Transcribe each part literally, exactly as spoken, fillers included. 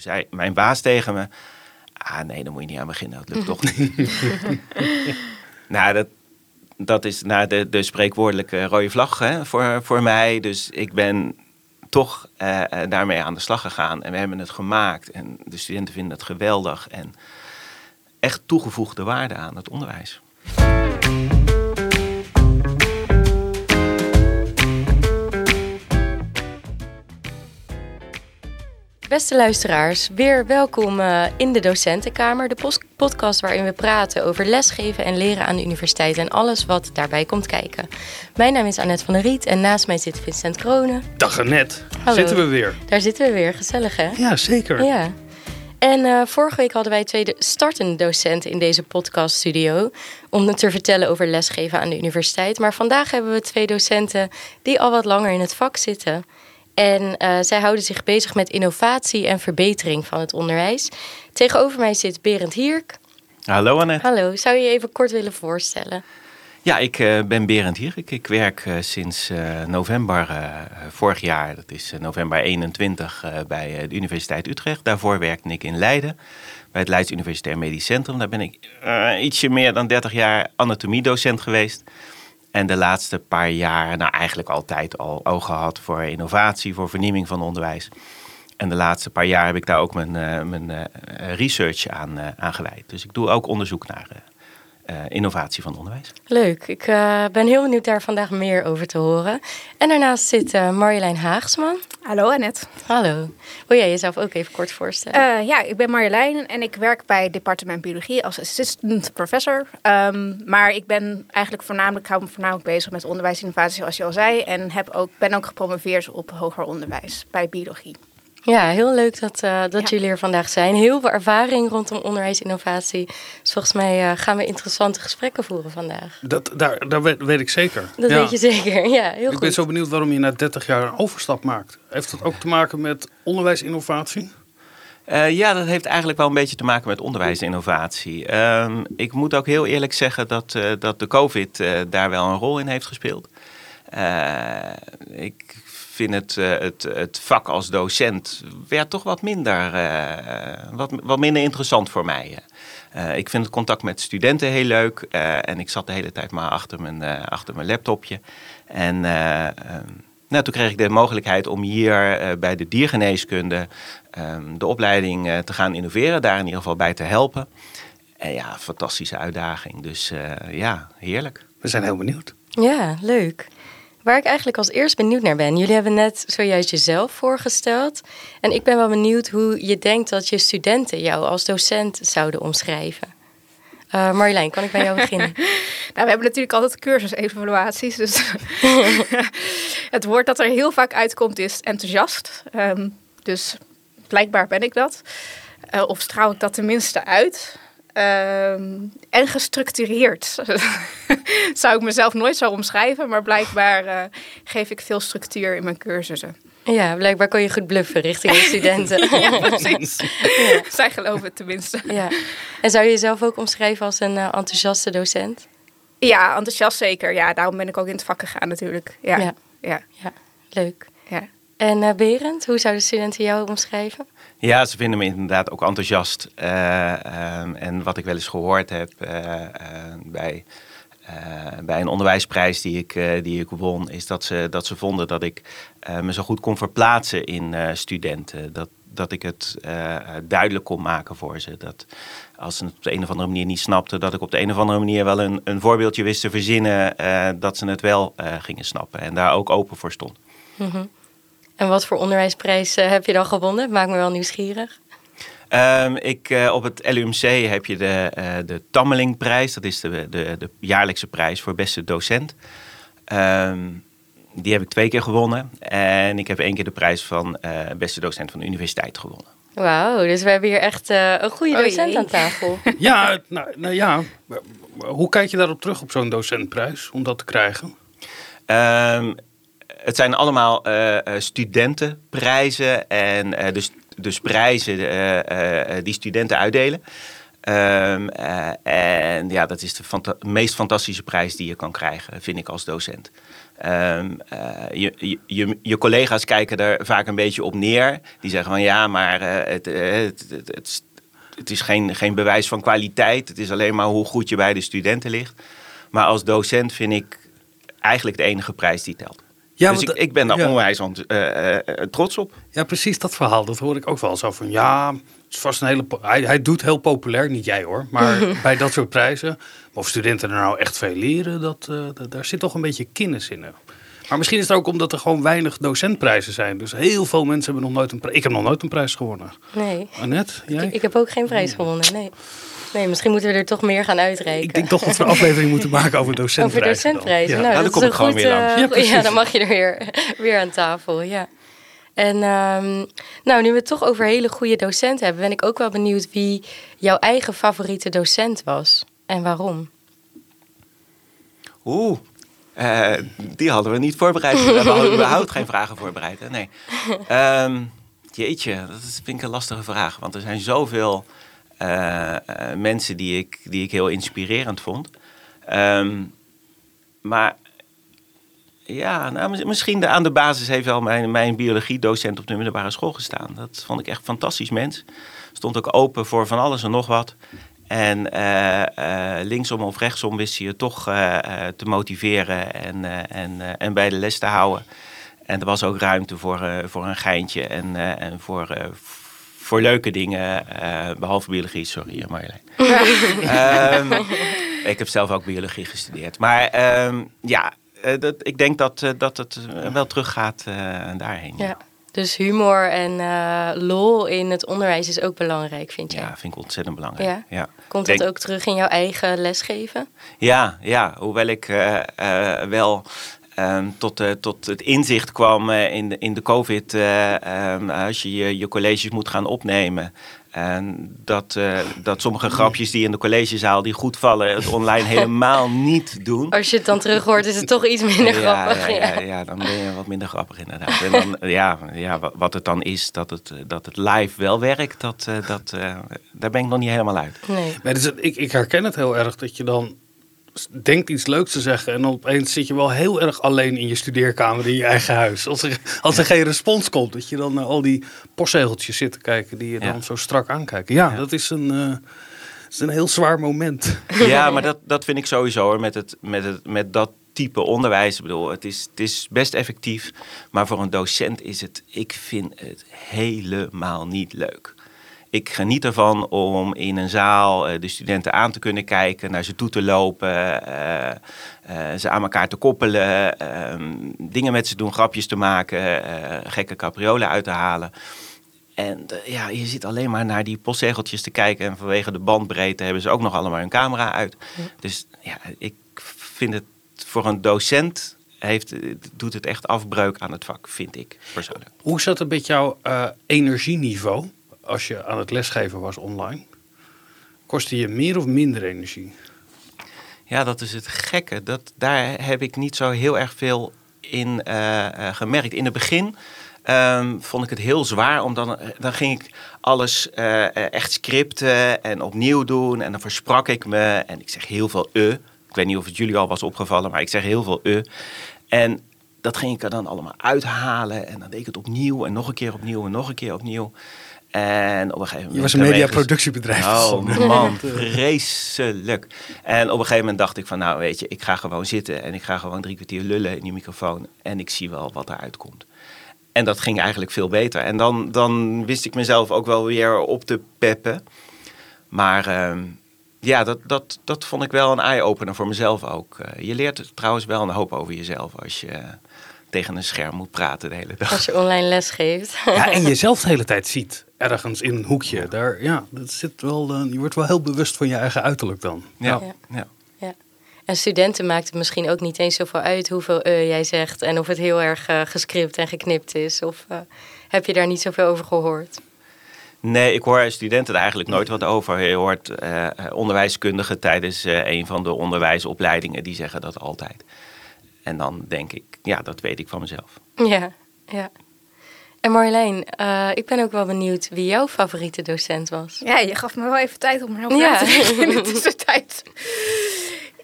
Toen zei mijn baas tegen me, ah nee, daar moet je niet aan beginnen, dat lukt toch niet. nou, dat, dat is nou, de, de spreekwoordelijke rode vlag hè, voor, voor mij. Dus ik ben toch uh, daarmee aan de slag gegaan en we hebben het gemaakt. En de studenten vinden het geweldig en echt toegevoegde waarde aan het onderwijs. Beste luisteraars, weer welkom uh, in de Docentenkamer, de post- podcast waarin we praten over lesgeven en leren aan de universiteit en alles wat daarbij komt kijken. Mijn naam is Annette van der Riet en naast mij zit Vincent Kronen. Dag Annette, Hallo. Zitten we weer. Daar zitten we weer, gezellig hè? Ja, zeker. Ja. En uh, vorige week hadden wij twee startende docenten in deze podcaststudio om te vertellen over lesgeven aan de universiteit. Maar vandaag hebben we twee docenten die al wat langer in het vak zitten. En uh, zij houden zich bezig met innovatie en verbetering van het onderwijs. Tegenover mij zit Berend Hierk. Hallo Annette. Hallo, zou je je even kort willen voorstellen? Ja, ik uh, ben Berend Hierk. Ik werk uh, sinds uh, november uh, vorig jaar, dat is uh, november eenentwintig, uh, bij uh, de Universiteit Utrecht. Daarvoor werkte ik in Leiden, bij het Leids Universitair Medisch Centrum. Daar ben ik uh, ietsje meer dan dertig jaar anatomiedocent geweest. En de laatste paar jaar, nou eigenlijk altijd al oog gehad voor innovatie, voor vernieuwing van onderwijs. En de laatste paar jaar heb ik daar ook mijn, uh, mijn uh, research aan, uh, aan gewijd. Dus ik doe ook onderzoek naar uh, uh, innovatie van onderwijs. Leuk, ik uh, ben heel benieuwd daar vandaag meer over te horen. En daarnaast zit uh, Marjolein Haagsman. Hallo Annette. Hallo. Wil jij jezelf ook even kort voorstellen? Uh, ja, ik ben Marjolein en ik werk bij het departement biologie als assistant professor. Um, maar ik ben eigenlijk voornamelijk, hou me voornamelijk bezig met onderwijsinnovatie zoals je al zei. En heb ook, ben ook gepromoveerd op hoger onderwijs bij biologie. Ja, heel leuk dat, uh, dat ja. jullie er vandaag zijn. Heel veel ervaring rondom onderwijsinnovatie. Dus volgens mij uh, gaan we interessante gesprekken voeren vandaag. Dat, daar daar weet, weet ik zeker. Dat ja. weet je zeker, ja, heel ik goed. Ik ben zo benieuwd waarom je na dertig jaar een overstap maakt. Heeft dat ook te maken met onderwijsinnovatie? Uh, ja, dat heeft eigenlijk wel een beetje te maken met onderwijsinnovatie. Uh, ik moet ook heel eerlijk zeggen dat, uh, dat de COVID uh, daar wel een rol in heeft gespeeld. Uh, ik vind het, uh, het, het vak als docent werd toch wat minder, uh, wat, wat minder interessant voor mij. Uh, ik vind het contact met studenten heel leuk. Uh, en ik zat de hele tijd maar achter mijn, uh, achter mijn laptopje. En uh, uh, nou, toen kreeg ik de mogelijkheid om hier uh, bij de diergeneeskunde um, de opleiding uh, te gaan innoveren. Daar in ieder geval bij te helpen. En ja, fantastische uitdaging. Dus uh, ja, heerlijk. We zijn heel benieuwd. Ja, leuk. Waar ik eigenlijk als eerst benieuwd naar ben. Jullie hebben net zojuist jezelf voorgesteld. En ik ben wel benieuwd hoe je denkt dat je studenten jou als docent zouden omschrijven. Uh, Marjolein, kan ik bij jou beginnen? Nou, we hebben natuurlijk altijd cursusevaluaties. Dus het woord dat er heel vaak uitkomt is enthousiast. Um, dus blijkbaar ben ik dat. Uh, of straal ik dat tenminste uit. Um, en gestructureerd. Zou ik mezelf nooit zo omschrijven, maar blijkbaar uh, geef ik veel structuur in mijn cursussen. Ja, blijkbaar kon je goed bluffen richting de studenten. Ja, precies. Ja. Zij geloven het tenminste. Ja. En zou je jezelf ook omschrijven als een uh, enthousiaste docent? Ja, enthousiast zeker. Ja, daarom ben ik ook in het vak gegaan natuurlijk. Ja, ja. ja. ja leuk. Ja. En uh, Berend, hoe zouden studenten jou omschrijven? Ja, ze vinden me inderdaad ook enthousiast. Uh, uh, en wat ik wel eens gehoord heb uh, uh, bij, uh, bij een onderwijsprijs die ik, uh, die ik won, is dat ze, dat ze vonden dat ik uh, me zo goed kon verplaatsen in uh, studenten. Dat, dat ik het uh, duidelijk kon maken voor ze. Dat als ze het op de een of andere manier niet snapten, dat ik op de een of andere manier wel een, een voorbeeldje wist te verzinnen, uh, dat ze het wel uh, gingen snappen en daar ook open voor stond. Mm-hmm. En wat voor onderwijsprijs uh, heb je dan gewonnen? Maakt me wel nieuwsgierig. Um, ik, uh, op het L U M C heb je de, uh, de Tammelingprijs. Dat is de, de, de jaarlijkse prijs voor beste docent. Um, die heb ik twee keer gewonnen. En ik heb één keer de prijs van uh, beste docent van de universiteit gewonnen. Wauw, dus we hebben hier echt uh, een goede Oei. docent aan tafel. Ja, nou, nou ja, hoe kijk je daarop terug op zo'n docentprijs om dat te krijgen? Um, Het zijn allemaal uh, studentenprijzen en uh, dus, dus prijzen uh, uh, die studenten uitdelen. Um, uh, en ja, dat is de fanta- meest fantastische prijs die je kan krijgen, vind ik als docent. Um, uh, je, je, je collega's kijken er vaak een beetje op neer. Die zeggen van ja, maar uh, het, het, het, het, het is geen, geen bewijs van kwaliteit. Het is alleen maar hoe goed je bij de studenten ligt. Maar als docent vind ik eigenlijk de enige prijs die telt. Ja, dus ik, ik ben daar ja. onwijs ont, uh, uh, trots op. Ja, precies dat verhaal. Dat hoor ik ook wel zo van ja, het is vast een hele. Hij, hij doet heel populair, niet jij hoor. Maar bij dat soort prijzen, of studenten er nou echt veel leren, dat, uh, dat, daar zit toch een beetje kennis in. Maar misschien is het ook omdat er gewoon weinig docentprijzen zijn. Dus heel veel mensen hebben nog nooit een prijs. Ik heb nog nooit een prijs gewonnen. Nee. Annette, jij? Ik, ik heb ook geen prijs gewonnen, nee. Nee, misschien moeten we er toch meer gaan uitreiken. Ik denk toch dat we een aflevering moeten maken over docentprijzen. Over docentprijzen. Ja. Nou, nou, dat dan is kom ik gewoon goed, weer langs. Uh, ja, ja, dan mag je er weer, weer aan tafel, ja. En um, nou, nu we het toch over hele goede docenten hebben, ben ik ook wel benieuwd wie jouw eigen favoriete docent was. En waarom? Oeh, uh, die hadden we niet voorbereid. We hadden überhaupt geen vragen voorbereid. Hè? Nee. Um, jeetje, dat vind ik een lastige vraag. Want er zijn zoveel uh, uh, mensen die ik, die ik heel inspirerend vond. Um, maar ja, nou, misschien de, aan de basis heeft wel mijn, mijn biologiedocent op de middelbare school gestaan. Dat vond ik echt een fantastisch mens. Stond ook open voor van alles en nog wat. En uh, uh, linksom of rechtsom wist hij je toch uh, uh, te motiveren en, uh, en, uh, en bij de les te houden. En er was ook ruimte voor, uh, voor een geintje en, uh, en voor, uh, voor leuke dingen, uh, behalve biologie, sorry Marjolein. um, ik heb zelf ook biologie gestudeerd. Maar um, ja, uh, dat, ik denk dat, uh, dat het wel teruggaat uh, daarheen. Ja. Dus humor en uh, lol in het onderwijs is ook belangrijk, vind jij? Ja, vind ik ontzettend belangrijk. Ja? Ja. Komt dat denk... ook terug in jouw eigen lesgeven? Ja, ja. Hoewel ik uh, uh, wel um, tot, uh, tot het inzicht kwam uh, in, de, in de COVID, uh, um, als je, je je colleges moet gaan opnemen. En dat, uh, dat sommige grapjes die in de collegezaal die goed vallen, het online helemaal niet doen. Als je het dan terug hoort, is het toch iets minder ja, grappig. Ja, ja, ja, dan ben je wat minder grappig inderdaad. En dan, ja, ja, wat het dan is, dat het, dat het live wel werkt, dat, dat, uh, daar ben ik nog niet helemaal uit. Nee. Maar dus, ik, ik herken het heel erg dat je dan denkt iets leuks te zeggen en opeens zit je wel heel erg alleen in je studeerkamer in je eigen huis. Als er, als er geen respons komt, dat je dan naar al die postzegeltjes zit te kijken die je dan ja. zo strak aankijken. Ja, ja. dat is een, uh, dat is een heel zwaar moment. Ja, maar dat, dat vind ik sowieso hoor, met, het, met, het, met dat type onderwijs. Ik bedoel, het is, het is best effectief, maar voor een docent is het, ik vind het helemaal niet leuk. Ik geniet ervan om in een zaal uh, de studenten aan te kunnen kijken, naar ze toe te lopen, uh, uh, ze aan elkaar te koppelen, uh, dingen met ze doen, grapjes te maken, uh, gekke capriolen uit te halen. En uh, ja, je zit alleen maar naar die postzegeltjes te kijken en vanwege de bandbreedte hebben ze ook nog allemaal hun camera uit. Ja. Dus ja, ik vind het voor een docent heeft, doet het echt afbreuk aan het vak, vind ik persoonlijk. Hoe zat het met jouw uh, energieniveau? Als je aan het lesgeven was online, kostte je meer of minder energie? Ja, dat is het gekke. Dat, daar heb ik niet zo heel erg veel in uh, uh, gemerkt. In het begin um, vond ik het heel zwaar, omdat dan, dan ging ik alles uh, echt scripten en opnieuw doen. En dan versprak ik me en ik zeg heel veel uh. Ik weet niet of het jullie al was opgevallen, maar ik zeg heel veel uh. En dat ging ik er dan allemaal uithalen en dan deed ik het opnieuw en nog een keer opnieuw en nog een keer opnieuw. En op een gegeven moment... Je was een mediaproductiebedrijf. Oh man, vreselijk. En op een gegeven moment dacht ik van, nou weet je, ik ga gewoon zitten en ik ga gewoon drie kwartier lullen in die microfoon en ik zie wel wat eruit komt. En dat ging eigenlijk veel beter. En dan, dan wist ik mezelf ook wel weer op te peppen. Maar um, ja, dat, dat, dat vond ik wel een eye-opener voor mezelf ook. Uh, je leert trouwens wel een hoop over jezelf als je uh, tegen een scherm moet praten de hele dag. Als je online les geeft. Ja, en jezelf de hele tijd ziet. Ergens in een hoekje. Daar, ja, dat zit wel, uh, je wordt wel heel bewust van je eigen uiterlijk dan. Ja, ja. ja. ja. En studenten maakt het misschien ook niet eens zoveel uit hoeveel uh, jij zegt. En of het heel erg uh, gescript en geknipt is. Of uh, heb je daar niet zoveel over gehoord? Nee, ik hoor studenten er eigenlijk nooit wat over. Je hoort uh, onderwijskundigen tijdens uh, een van de onderwijsopleidingen. Die zeggen dat altijd. En dan denk ik, ja, dat weet ik van mezelf. Ja, ja. En Marjolein, uh, ik ben ook wel benieuwd wie jouw favoriete docent was. Ja, je gaf me wel even tijd om erover ja. na te denken in de tussentijd.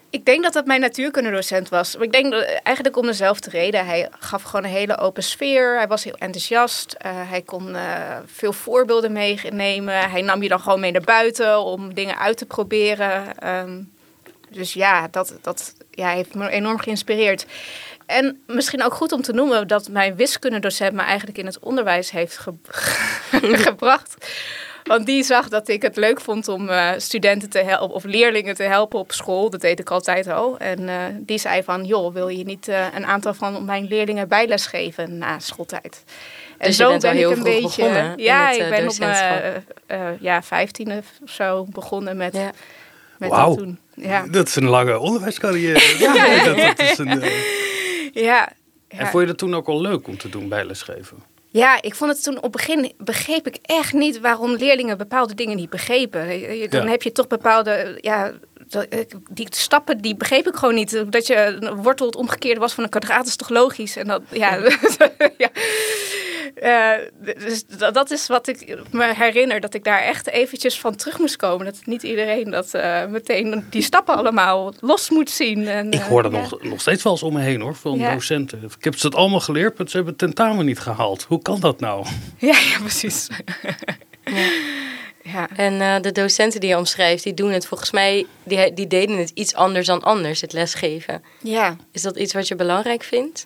Ik denk dat dat mijn natuurkundedocent was. Ik denk dat, eigenlijk om dezelfde reden. Hij gaf gewoon een hele open sfeer. Hij was heel enthousiast. Uh, hij kon uh, veel voorbeelden meenemen. Hij nam je dan gewoon mee naar buiten om dingen uit te proberen. Um, dus ja, dat, dat ja, heeft me enorm geïnspireerd. En misschien ook goed om te noemen dat mijn wiskundedocent me eigenlijk in het onderwijs heeft ge- gebracht. Want die zag dat ik het leuk vond om uh, studenten te helpen of leerlingen te helpen op school. Dat deed ik altijd al. En uh, die zei van, joh, wil je niet uh, een aantal van mijn leerlingen bijles geven na schooltijd? En dus zo je bent ben wel heel ik een vroeg beetje. begonnen. Ja, in het, uh, ik ben op mijn uh, uh, ja, vijftiende of zo begonnen met, ja. met Wauw. dat doen. Ja. Dat is een lange onderwijscarrière. ja, ja, dat, dat is een, uh... ja. En vond je dat toen ook al leuk om te doen, bijlesgeven? Ja, ik vond het toen op het begin begreep ik echt niet waarom leerlingen bepaalde dingen niet begrepen. Dan ja. heb je toch bepaalde, ja, die stappen die begreep ik gewoon niet. Dat je een wortel het omgekeerde was van een kwadraat is toch logisch? En dat, ja, ja. Uh, dus dat is wat ik me herinner, dat ik daar echt eventjes van terug moest komen. Dat niet iedereen dat uh, meteen die stappen allemaal los moet zien. En, ik hoor dat uh, nog, ja. nog steeds wel eens om me heen hoor, van ja. docenten. Ik heb ze dat allemaal geleerd, maar ze hebben het tentamen niet gehaald. Hoe kan dat nou? Ja, ja precies. ja. Ja. En uh, de docenten die je omschrijft, die doen het volgens mij, die, die deden het iets anders dan anders, het lesgeven. Ja. Is dat iets wat je belangrijk vindt?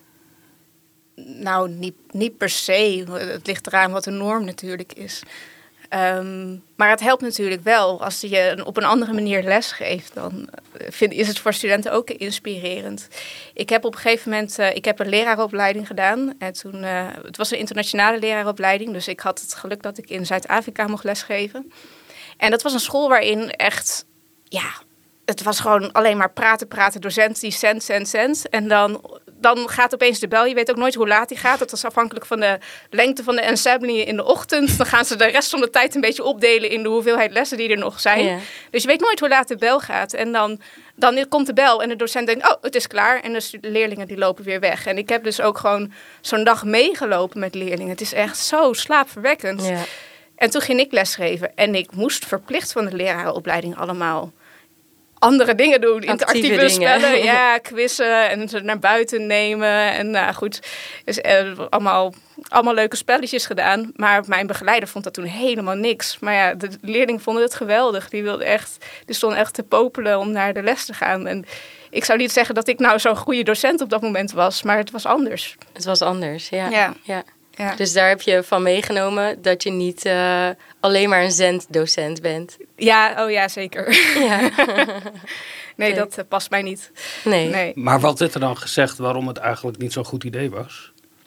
Nou, niet, niet per se. Het ligt eraan wat de norm natuurlijk is. Um, maar het helpt natuurlijk wel. Als je op een andere manier les geeft, dan vind, is het voor studenten ook inspirerend. Ik heb op een gegeven moment uh, ik heb een leraaropleiding gedaan. En toen, uh, het was een internationale leraaropleiding. Dus ik had het geluk dat ik in Zuid-Afrika mocht lesgeven. En dat was een school waarin echt, ja, het was gewoon alleen maar praten, praten, docent die cent, cent, cent. En dan, dan gaat opeens de bel. Je weet ook nooit hoe laat die gaat. Dat is afhankelijk van de lengte van de ensemble in de ochtend. Dan gaan ze de rest van de tijd een beetje opdelen in de hoeveelheid lessen die er nog zijn. Ja. Dus je weet nooit hoe laat de bel gaat. En dan, dan komt de bel en de docent denkt, oh, het is klaar. En de leerlingen die lopen weer weg. En ik heb dus ook gewoon zo'n dag meegelopen met leerlingen. Het is echt zo slaapverwekkend. Ja. En toen ging ik lesgeven. En ik moest verplicht van de leraaropleiding allemaal andere dingen doen. Interactieve dingen. Spellen, ja, quizzen en ze naar buiten nemen. En nou goed, dus, eh, allemaal, allemaal leuke spelletjes gedaan. Maar mijn begeleider vond dat toen helemaal niks. Maar ja, de leerlingen vonden het geweldig. Die wilden echt, die stonden echt te popelen om naar de les te gaan. En ik zou niet zeggen dat ik nou zo'n goede docent op dat moment was, maar het was anders. Het was anders, ja. Ja. ja. Ja. Dus daar heb je van meegenomen dat je niet uh, alleen maar een zenddocent bent. Ja, oh ja, zeker. Ja. nee, okay. dat uh, past mij niet. Nee. nee. Maar wat werd er dan gezegd waarom het eigenlijk niet zo'n goed idee was?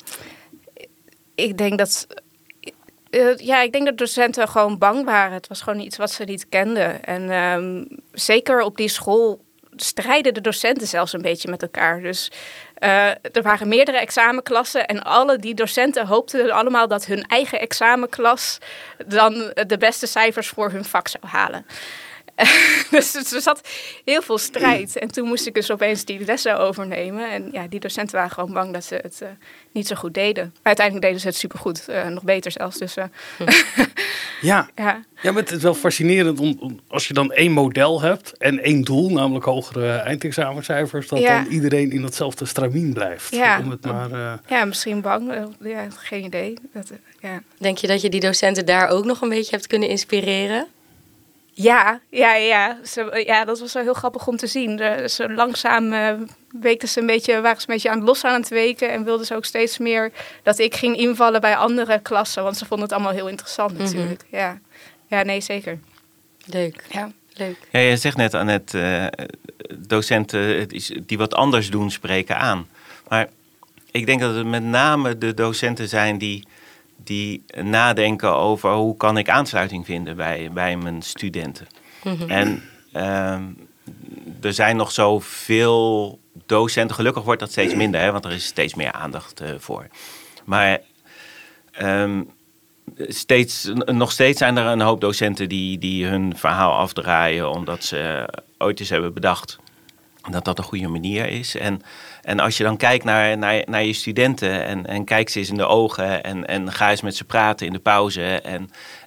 Ik denk dat, uh, ja, ik denk dat docenten gewoon bang waren. Het was gewoon iets wat ze niet kenden. En um, zeker op die school strijden de docenten zelfs een beetje met elkaar. Dus uh, er waren meerdere examenklassen en alle die docenten hoopten allemaal dat hun eigen examenklas dan de beste cijfers voor hun vak zou halen. Dus er zat heel veel strijd. En toen moest ik dus opeens die lessen overnemen. En ja, die docenten waren gewoon bang dat ze het uh, niet zo goed deden. Maar uiteindelijk deden ze het supergoed. Uh, nog beter zelfs. Dus, uh. ja. ja. ja, maar het is wel fascinerend om, om, als je dan één model hebt en één doel, namelijk hogere eindexamencijfers, dat ja. dan iedereen in datzelfde stramien blijft. Ja, om het maar, uh... ja misschien bang. Uh, ja, geen idee. Dat, uh, ja. Denk je dat je die docenten daar ook nog een beetje hebt kunnen inspireren? Ja, ja, ja. Ze, ja, dat was wel heel grappig om te zien. De, ze langzaam uh, weken ze een beetje, waren ze een beetje aan het los aan het weken. En wilden ze ook steeds meer dat ik ging invallen bij andere klassen. Want ze vonden het allemaal heel interessant natuurlijk. Mm-hmm. Ja. ja, nee, zeker. Leuk. Ja. Leuk. Ja, je zegt net, Annette, uh, docenten die wat anders doen spreken aan. Maar ik denk dat het met name de docenten zijn die... die nadenken over hoe kan ik aansluiting vinden bij, bij mijn studenten. Mm-hmm. En uh, er zijn nog zoveel docenten, gelukkig wordt dat steeds minder, hè, want er is steeds meer aandacht uh, voor. Maar um, steeds, nog steeds zijn er een hoop docenten die, die hun verhaal afdraaien omdat ze ooit eens hebben bedacht dat dat een goede manier is. En, en als je dan kijkt naar, naar, naar je studenten en, en kijk ze eens in de ogen en, en ga eens met ze praten in de pauze en,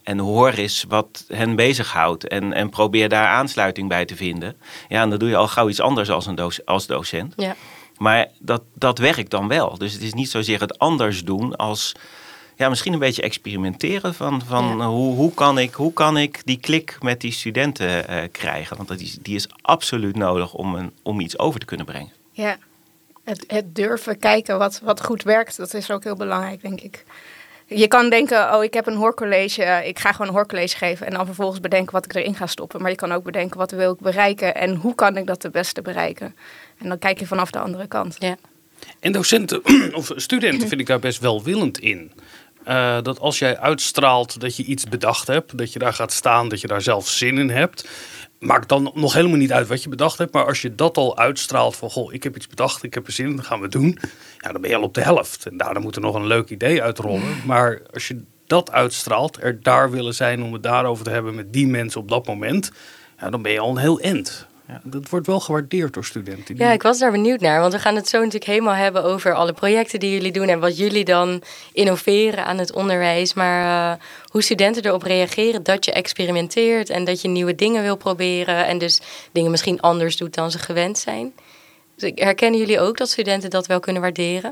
en hoor eens wat hen bezighoudt. En, en probeer daar aansluiting bij te vinden. Ja, en dan doe je al gauw iets anders als, een doc- als docent. Ja. Maar dat, dat werkt dan wel. Dus het is niet zozeer het anders doen als... Ja, misschien een beetje experimenteren van, van Ja. hoe, hoe, kan ik, hoe kan ik die klik met die studenten uh, krijgen. Want dat is, die is absoluut nodig om, een, om iets over te kunnen brengen. Ja, het, het durven kijken wat, wat goed werkt, dat is ook heel belangrijk, denk ik. Je kan denken, oh, ik heb een hoorcollege, ik ga gewoon een hoorcollege geven en dan vervolgens bedenken wat ik erin ga stoppen. Maar je kan ook bedenken, wat wil ik bereiken en hoe kan ik dat het beste bereiken. En dan kijk je vanaf de andere kant. Ja. En docenten of studenten vind ik daar best welwillend in. Uh, dat als jij uitstraalt dat je iets bedacht hebt, dat je daar gaat staan, dat je daar zelf zin in hebt. Maakt dan nog helemaal niet uit wat je bedacht hebt. Maar als je dat al uitstraalt van, goh, ik heb iets bedacht, ik heb er zin in, dat gaan we doen. Ja, dan ben je al op de helft. En daarna moet er nog een leuk idee uitrollen. Maar als je dat uitstraalt, er daar willen zijn om het daarover te hebben met die mensen op dat moment. Ja, dan ben je al een heel end. Ja, dat wordt wel gewaardeerd door studenten. Ja, ik was daar benieuwd naar. Want we gaan het zo natuurlijk helemaal hebben over alle projecten die jullie doen. En wat jullie dan innoveren aan het onderwijs. Maar uh, hoe studenten erop reageren dat je experimenteert. En dat je nieuwe dingen wil proberen. En dus dingen misschien anders doet dan ze gewend zijn. Dus herkennen jullie ook dat studenten dat wel kunnen waarderen?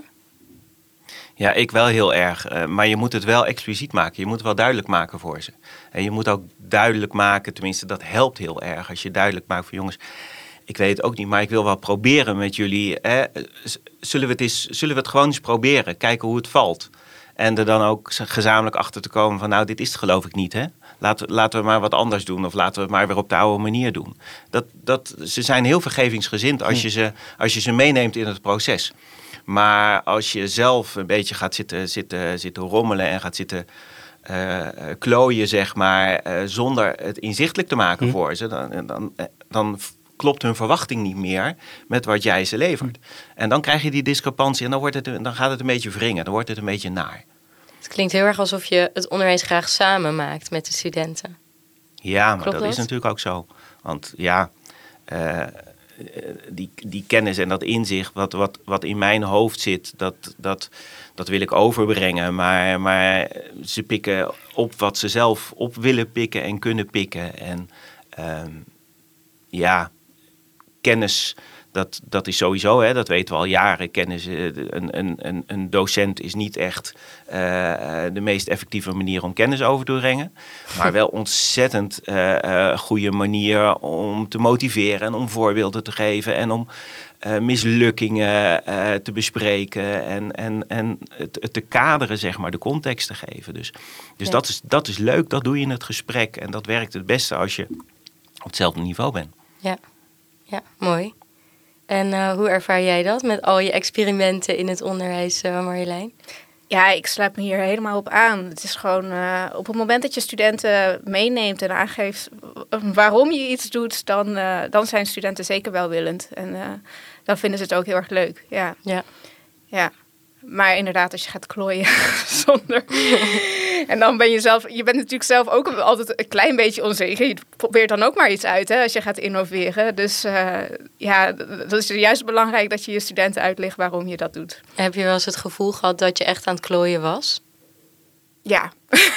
Ja, ik wel heel erg. Uh, maar je moet het wel expliciet maken. Je moet het wel duidelijk maken voor ze. En je moet ook duidelijk maken, tenminste dat helpt heel erg. Als je duidelijk maakt van jongens, ik weet het ook niet, maar ik wil wel proberen met jullie. Hè. Zullen we het eens, zullen we het gewoon eens proberen? Kijken hoe het valt. En er dan ook gezamenlijk achter te komen van nou, dit is het geloof ik niet. Hè? Laten, laten we maar wat anders doen of laten we het maar weer op de oude manier doen. Dat, dat, ze zijn heel vergevingsgezind als je ze, als je ze meeneemt in het proces. Maar als je zelf een beetje gaat zitten, zitten, zitten rommelen en gaat zitten uh, klooien, zeg maar, uh, zonder het inzichtelijk te maken hm. voor ze, dan, dan, dan klopt hun verwachting niet meer met wat jij ze levert. En dan krijg je die discrepantie en dan, wordt het, dan gaat het een beetje wringen, dan wordt het een beetje naar. Het klinkt heel erg alsof je het onderwijs graag samen maakt met de studenten. Ja, maar klopt dat, dat is natuurlijk ook zo. Want ja... Uh, Die, die kennis en dat inzicht wat, wat, wat in mijn hoofd zit, dat, dat, dat wil ik overbrengen. Maar, maar ze pikken op wat ze zelf op willen pikken en kunnen pikken. En um, ja, kennis, dat, dat is sowieso, hè, dat weten we al jaren. Kennis, een, een, een docent is niet echt uh, de meest effectieve manier om kennis over te brengen. Maar wel ontzettend uh, uh, goede manier om te motiveren en om voorbeelden te geven. En om uh, mislukkingen uh, te bespreken en, en, en het, het te kaderen, zeg maar, de context te geven. Dus, dus ja. dat, is, dat is leuk, dat doe je in het gesprek. En dat werkt het beste als je op hetzelfde niveau bent. Ja, ja, mooi. En uh, hoe ervaar jij dat met al je experimenten in het onderwijs, uh, Marjolein? Ja, ik sluit me hier helemaal op aan. Het is gewoon uh, op het moment dat je studenten meeneemt en aangeeft waarom je iets doet, dan, uh, dan zijn studenten zeker welwillend. En uh, dan vinden ze het ook heel erg leuk. Ja. Ja. Ja. Maar inderdaad, als je gaat klooien zonder... En dan ben je zelf... Je bent natuurlijk zelf ook altijd een klein beetje onzeker. Je probeert dan ook maar iets uit, hè, als je gaat innoveren. Dus uh, ja, dat is juist belangrijk dat je je studenten uitlegt waarom je dat doet. Heb je wel eens het gevoel gehad dat je echt aan het klooien was? Ja.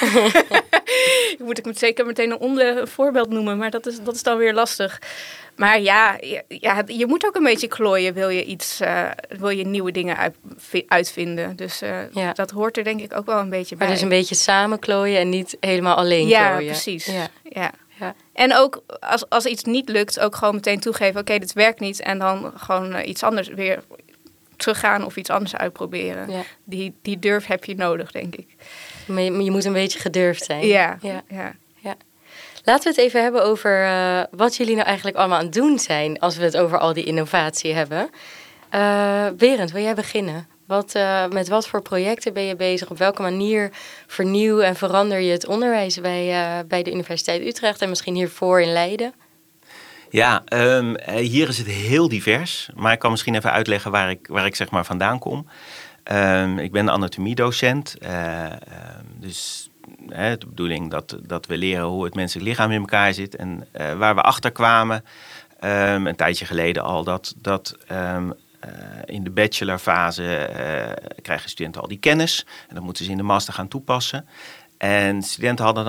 Moet ik moet zeker meteen een onder voorbeeld noemen, maar dat is, dat is dan weer lastig. Maar ja, ja, je moet ook een beetje klooien, wil je iets, uh, wil je nieuwe dingen uit, uitvinden. Dus uh, ja. dat hoort er denk ik ook wel een beetje bij. Maar dus een beetje samen klooien en niet helemaal alleen ja, klooien. Precies. Ja, ja. ja. En ook als, als iets niet lukt, ook gewoon meteen toegeven, oké, okay, dit werkt niet. En dan gewoon uh, iets anders weer teruggaan of iets anders uitproberen. Ja. Die, die durf heb je nodig, denk ik. Maar je, je moet een beetje gedurfd zijn. Ja, ja. ja. ja. Laten we het even hebben over uh, wat jullie nou eigenlijk allemaal aan het doen zijn, als we het over al die innovatie hebben. Uh, Berend, wil jij beginnen? Wat, uh, met wat voor projecten ben je bezig? Op welke manier vernieuw en verander je het onderwijs bij, uh, bij de Universiteit Utrecht en misschien hiervoor in Leiden? Ja, um, hier is het heel divers. Maar ik kan misschien even uitleggen waar ik, waar ik zeg maar vandaan kom. Um, ik ben anatomie-docent. Uh, uh, dus uh, de bedoeling dat, dat we leren hoe het menselijk lichaam in elkaar zit. En uh, waar we achter kwamen, um, een tijdje geleden al, dat, dat um, uh, in de bachelorfase uh, krijgen studenten al die kennis. En dan moeten ze in de master gaan toepassen. En studenten hadden dan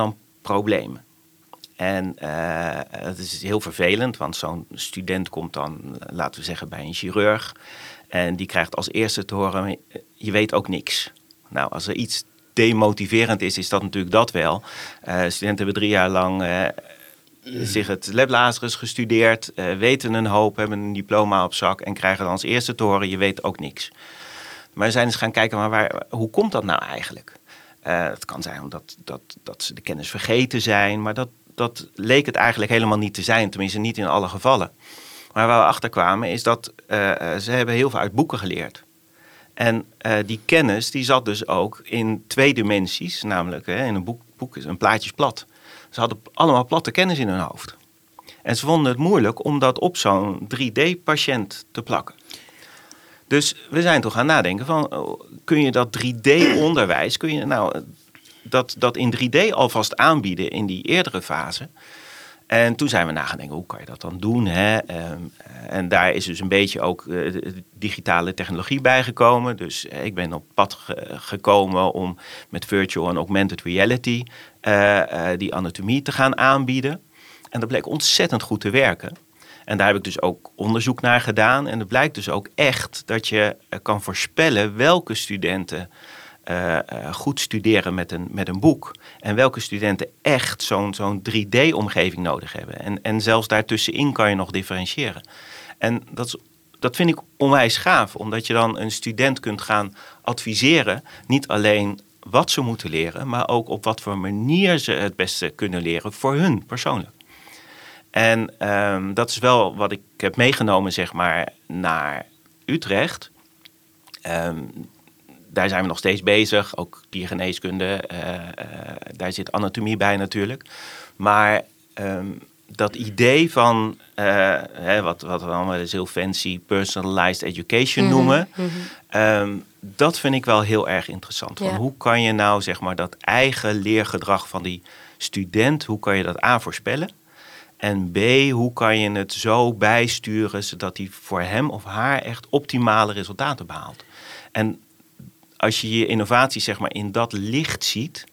problemen. En uh, het is heel vervelend, want zo'n student komt dan, laten we zeggen, bij een chirurg. En die krijgt als eerste te horen, je weet ook niks. Nou, als er iets demotiverend is, is dat natuurlijk dat wel. Uh, studenten hebben drie jaar lang uh, mm. zich het Lab Lazarus gestudeerd, uh, weten een hoop, hebben een diploma op zak en krijgen dan als eerste te horen, je weet ook niks. Maar we zijn eens gaan kijken, maar waar, hoe komt dat nou eigenlijk? Uh, het kan zijn omdat dat, dat ze de kennis vergeten zijn, maar dat, dat leek het eigenlijk helemaal niet te zijn, tenminste niet in alle gevallen. Maar waar we achter kwamen is dat uh, ze hebben heel veel uit boeken geleerd. En uh, die kennis die zat dus ook in twee dimensies, namelijk hè, in een boek, boek is een plaatjes plat. Ze hadden allemaal platte kennis in hun hoofd. En ze vonden het moeilijk om dat op zo'n drie D-patiënt te plakken. Dus we zijn toch gaan nadenken van, oh, kun je dat drie D-onderwijs, kun je nou dat, dat in drie D alvast aanbieden in die eerdere fase? En toen zijn we na gaan denken, hoe kan je dat dan doen? Hè? Um, en daar is dus een beetje ook uh, de digitale technologie bijgekomen. Dus uh, ik ben op pad ge- gekomen om met virtual en augmented reality uh, uh, die anatomie te gaan aanbieden. En dat bleek ontzettend goed te werken. En daar heb ik dus ook onderzoek naar gedaan. En het blijkt dus ook echt dat je uh, kan voorspellen welke studenten Uh, uh, goed studeren met een, met een boek. En welke studenten echt zo'n, zo'n drie D-omgeving nodig hebben. En, en zelfs daartussenin kan je nog differentiëren. En dat, is, dat vind ik onwijs gaaf. Omdat je dan een student kunt gaan adviseren. Niet alleen wat ze moeten leren, maar ook op wat voor manier ze het beste kunnen leren voor hun persoonlijk. En um, dat is wel wat ik heb meegenomen, zeg maar, naar Utrecht. Um, Daar zijn we nog steeds bezig, ook diergeneeskunde, uh, uh, daar zit anatomie bij natuurlijk. Maar um, dat idee van, uh, hè, wat, wat we allemaal eens heel fancy personalized education mm-hmm. noemen, mm-hmm. Um, dat vind ik wel heel erg interessant. Van, ja. Hoe kan je nou zeg maar dat eigen leergedrag van die student, hoe kan je dat A voorspellen? En B, hoe kan je het zo bijsturen zodat hij voor hem of haar echt optimale resultaten behaalt? En als je je innovatie zeg maar in dat licht ziet,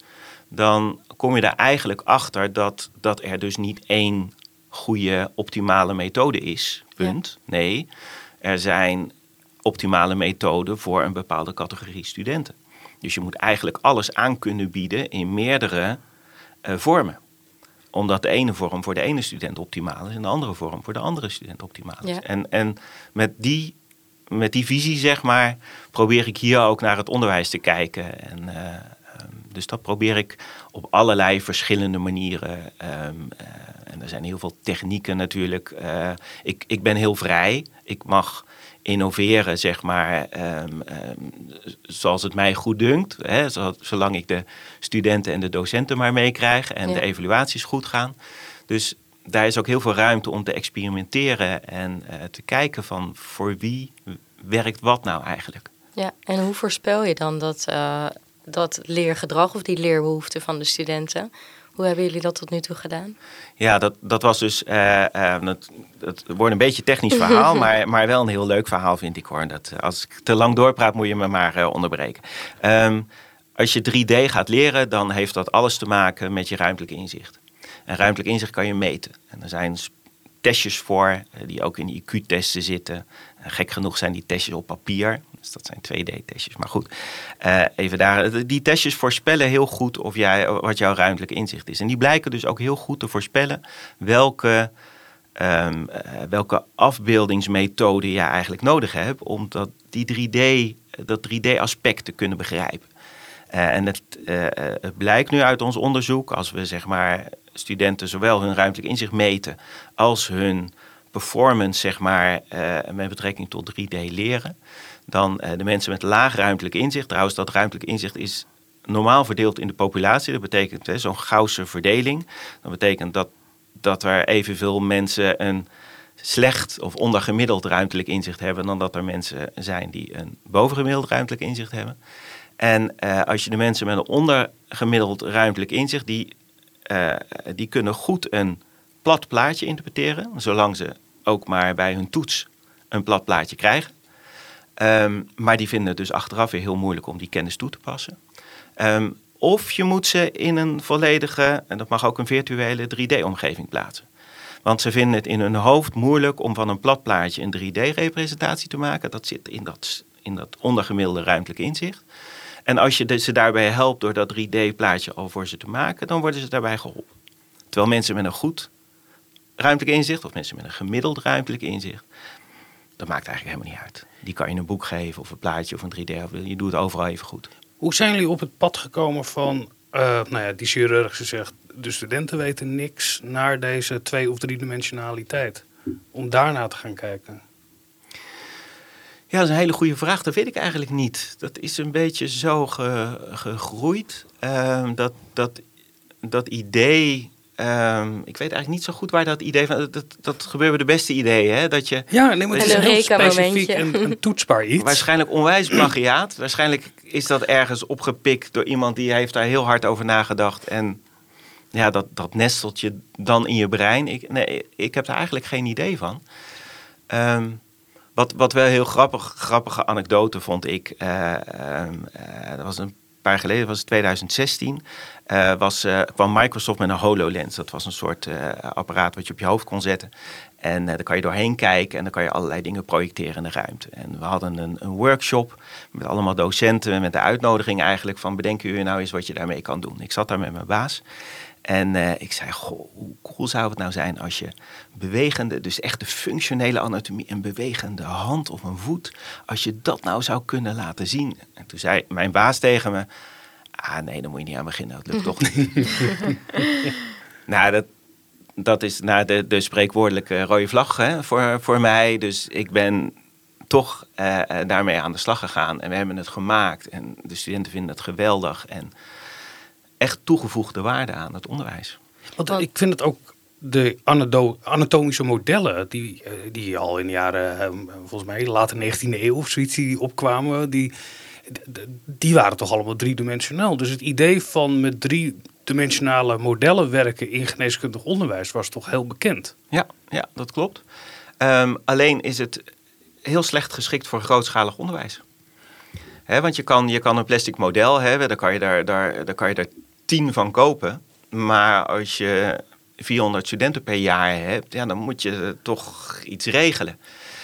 dan kom je er eigenlijk achter dat, dat er dus niet één goede optimale methode is. Punt. Ja. Nee, er zijn optimale methoden voor een bepaalde categorie studenten. Dus je moet eigenlijk alles aan kunnen bieden in meerdere uh, vormen. Omdat de ene vorm voor de ene student optimaal is en de andere vorm voor de andere student optimaal is. Ja. En, en met die Met die visie, zeg maar, probeer ik hier ook naar het onderwijs te kijken. En, uh, um, dus dat probeer ik op allerlei verschillende manieren. Um, uh, en er zijn heel veel technieken natuurlijk. Uh, ik, ik ben heel vrij. Ik mag innoveren, zeg maar, um, um, zoals het mij goed dunkt. Hè, zolang ik de studenten en de docenten maar meekrijg en ja. de evaluaties goed gaan. Dus daar is ook heel veel ruimte om te experimenteren en uh, te kijken van voor wie werkt wat nou eigenlijk. Ja, en hoe voorspel je dan dat, uh, dat leergedrag of die leerbehoeften van de studenten? Hoe hebben jullie dat tot nu toe gedaan? Ja, dat, dat was dus, uh, uh, dat, dat wordt een beetje een technisch verhaal, maar, maar wel een heel leuk verhaal vind ik hoor. Dat, als ik te lang doorpraat moet je me maar uh, onderbreken. Um, als je drie D gaat leren, dan heeft dat alles te maken met je ruimtelijk inzicht. En ruimtelijk inzicht kan je meten. En er zijn testjes voor, die ook in de I Q-testen zitten. En gek genoeg zijn die testjes op papier. Dus dat zijn twee D-testjes. Maar goed, uh, even daar. Die testjes voorspellen heel goed of jij, wat jouw ruimtelijk inzicht is. En die blijken dus ook heel goed te voorspellen welke, um, uh, welke afbeeldingsmethode je eigenlijk nodig hebt om dat, die drie D, dat drie D-aspect te kunnen begrijpen. Uh, en het, uh, het blijkt nu uit ons onderzoek, als we zeg maar studenten zowel hun ruimtelijk inzicht meten als hun performance zeg maar uh, met betrekking tot drie D leren, dan uh, de mensen met laag ruimtelijk inzicht, trouwens dat ruimtelijk inzicht is normaal verdeeld in de populatie, dat betekent hè, zo'n Gausse verdeling, dat betekent dat, dat er evenveel mensen een slecht of ondergemiddeld ruimtelijk inzicht hebben dan dat er mensen zijn die een bovengemiddeld ruimtelijk inzicht hebben. En uh, als je de mensen met een ondergemiddeld ruimtelijk inzicht, die, uh, die kunnen goed een plat plaatje interpreteren, zolang ze ook maar bij hun toets een plat plaatje krijgen. Um, maar die vinden het dus achteraf weer heel moeilijk om die kennis toe te passen. Um, Of je moet ze in een volledige, en dat mag ook een virtuele drie D-omgeving plaatsen. Want ze vinden het in hun hoofd moeilijk om van een plat plaatje een drie D-representatie te maken. Dat zit in dat, in dat ondergemiddelde ruimtelijk inzicht. En als je ze daarbij helpt door dat drie D-plaatje al voor ze te maken, dan worden ze daarbij geholpen. Terwijl mensen met een goed ruimtelijk inzicht, of mensen met een gemiddeld ruimtelijk inzicht, dat maakt eigenlijk helemaal niet uit. Die kan je een boek geven, of een plaatje, of een drie D. Je doet het overal even goed. Hoe zijn jullie op het pad gekomen van, uh, nou ja, die chirurg zegt, de studenten weten niks, naar deze twee- of driedimensionaliteit? Om daarna te gaan kijken. Ja, dat is een hele goede vraag. Dat weet ik eigenlijk niet. Dat is een beetje zo ge, gegroeid. Uh, dat, dat, dat idee... Um, ik weet eigenlijk niet zo goed waar dat idee van... Dat, dat, dat gebeurt bij de beste ideeën, hè? Dat je, ja, nee, maar het is een heel specifiek en, en toetsbaar iets. Waarschijnlijk onwijs plagiaat. Waarschijnlijk is dat ergens opgepikt door iemand die heeft daar heel hard over nagedacht. En ja, dat, dat nestelt je dan in je brein. Ik, nee, ik heb daar eigenlijk geen idee van. Um, wat, wat wel heel grappig, grappige anekdote vond ik. Uh, um, uh, dat was een paar jaar geleden, dat was twintig zestien. Uh, was, uh, kwam Microsoft met een HoloLens. Dat was een soort uh, apparaat wat je op je hoofd kon zetten. En uh, daar kan je doorheen kijken en dan kan je allerlei dingen projecteren in de ruimte. En we hadden een, een workshop met allemaal docenten, met de uitnodiging eigenlijk van bedenken u nou eens wat je daarmee kan doen. Ik zat daar met mijn baas en uh, ik zei, goh, hoe cool zou het nou zijn als je bewegende, dus echt de functionele anatomie, een bewegende hand of een voet, als je dat nou zou kunnen laten zien. En toen zei mijn baas tegen me, ah nee, daar moet je niet aan beginnen, dat lukt toch niet. Nou, dat, dat is nou, de, de spreekwoordelijke rode vlag hè, voor, voor mij. Dus ik ben toch uh, daarmee aan de slag gegaan. En we hebben het gemaakt. En de studenten vinden het geweldig. En echt toegevoegde waarde aan het onderwijs. Want ik vind het ook de anatomische modellen die, die al in de jaren, volgens mij, later negentiende eeuw of zoiets, die opkwamen, die, die waren toch allemaal driedimensionaal. Dus het idee van met driedimensionale modellen werken in geneeskundig onderwijs was toch heel bekend. Ja, ja dat klopt. Um, alleen is het heel slecht geschikt voor grootschalig onderwijs. He, want je kan, je kan een plastic model hebben, daar kan je daar, daar, daar, kan je daar tien van kopen. Maar als je vierhonderd studenten per jaar hebt, ja, dan moet je toch iets regelen.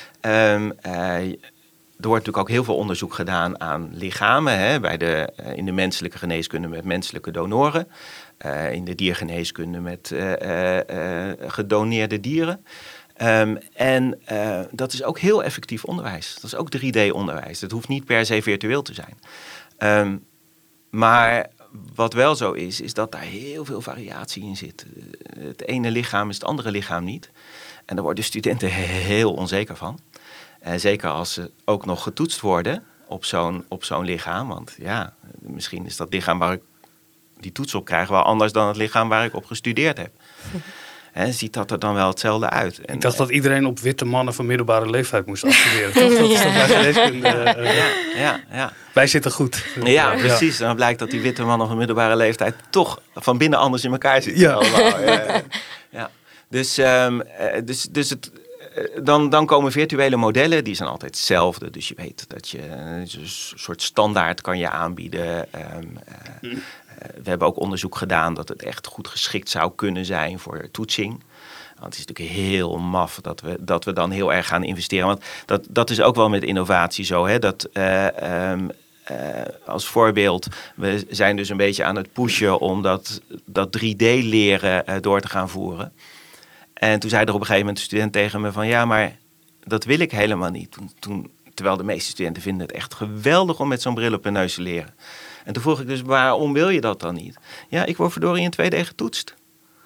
Um, uh, Er wordt natuurlijk ook heel veel onderzoek gedaan aan lichamen. Hè, bij de, uh, in de menselijke geneeskunde met menselijke donoren. Uh, in de diergeneeskunde met uh, uh, uh, gedoneerde dieren. Um, en uh, dat is ook heel effectief onderwijs. Dat is ook drie D-onderwijs. Dat hoeft niet per se virtueel te zijn. Um, maar wat wel zo is, is dat daar heel veel variatie in zit. Het ene lichaam is het andere lichaam niet. En daar worden studenten heel onzeker van. Uh, zeker als ze ook nog getoetst worden op zo'n, op zo'n lichaam. Want ja, misschien is dat lichaam waar ik die toets op krijg wel anders dan het lichaam waar ik op gestudeerd heb. He, ziet dat er dan wel hetzelfde uit. En, ik dacht dat iedereen op witte mannen van middelbare leeftijd moest afstuderen. Toch? Dat is toch bij geneeskunde. Ja, uh, ja, ja, ja. Wij zitten goed. Ja, precies. En dan blijkt dat die witte mannen van middelbare leeftijd toch van binnen anders in elkaar zitten. Ja. Allemaal. Ja, ja. Dus, um, dus, dus het... Dan, dan komen virtuele modellen, die zijn altijd hetzelfde. Dus je weet dat je een soort standaard kan je aanbieden. Um, uh, uh, we hebben ook onderzoek gedaan dat het echt goed geschikt zou kunnen zijn voor toetsing. Want het is natuurlijk heel maf dat we, dat we dan heel erg gaan investeren. Want dat, dat is ook wel met innovatie zo. Hè? Dat, uh, um, uh, als voorbeeld, we zijn dus een beetje aan het pushen om dat, dat drie D-leren uh, door te gaan voeren. En toen zei er op een gegeven moment een student tegen me van ja, maar dat wil ik helemaal niet. Toen, toen, terwijl de meeste studenten vinden het echt geweldig om met zo'n bril op hun neus te leren. En toen vroeg ik dus, waarom wil je dat dan niet? Ja, ik word verdorie in twee D getoetst.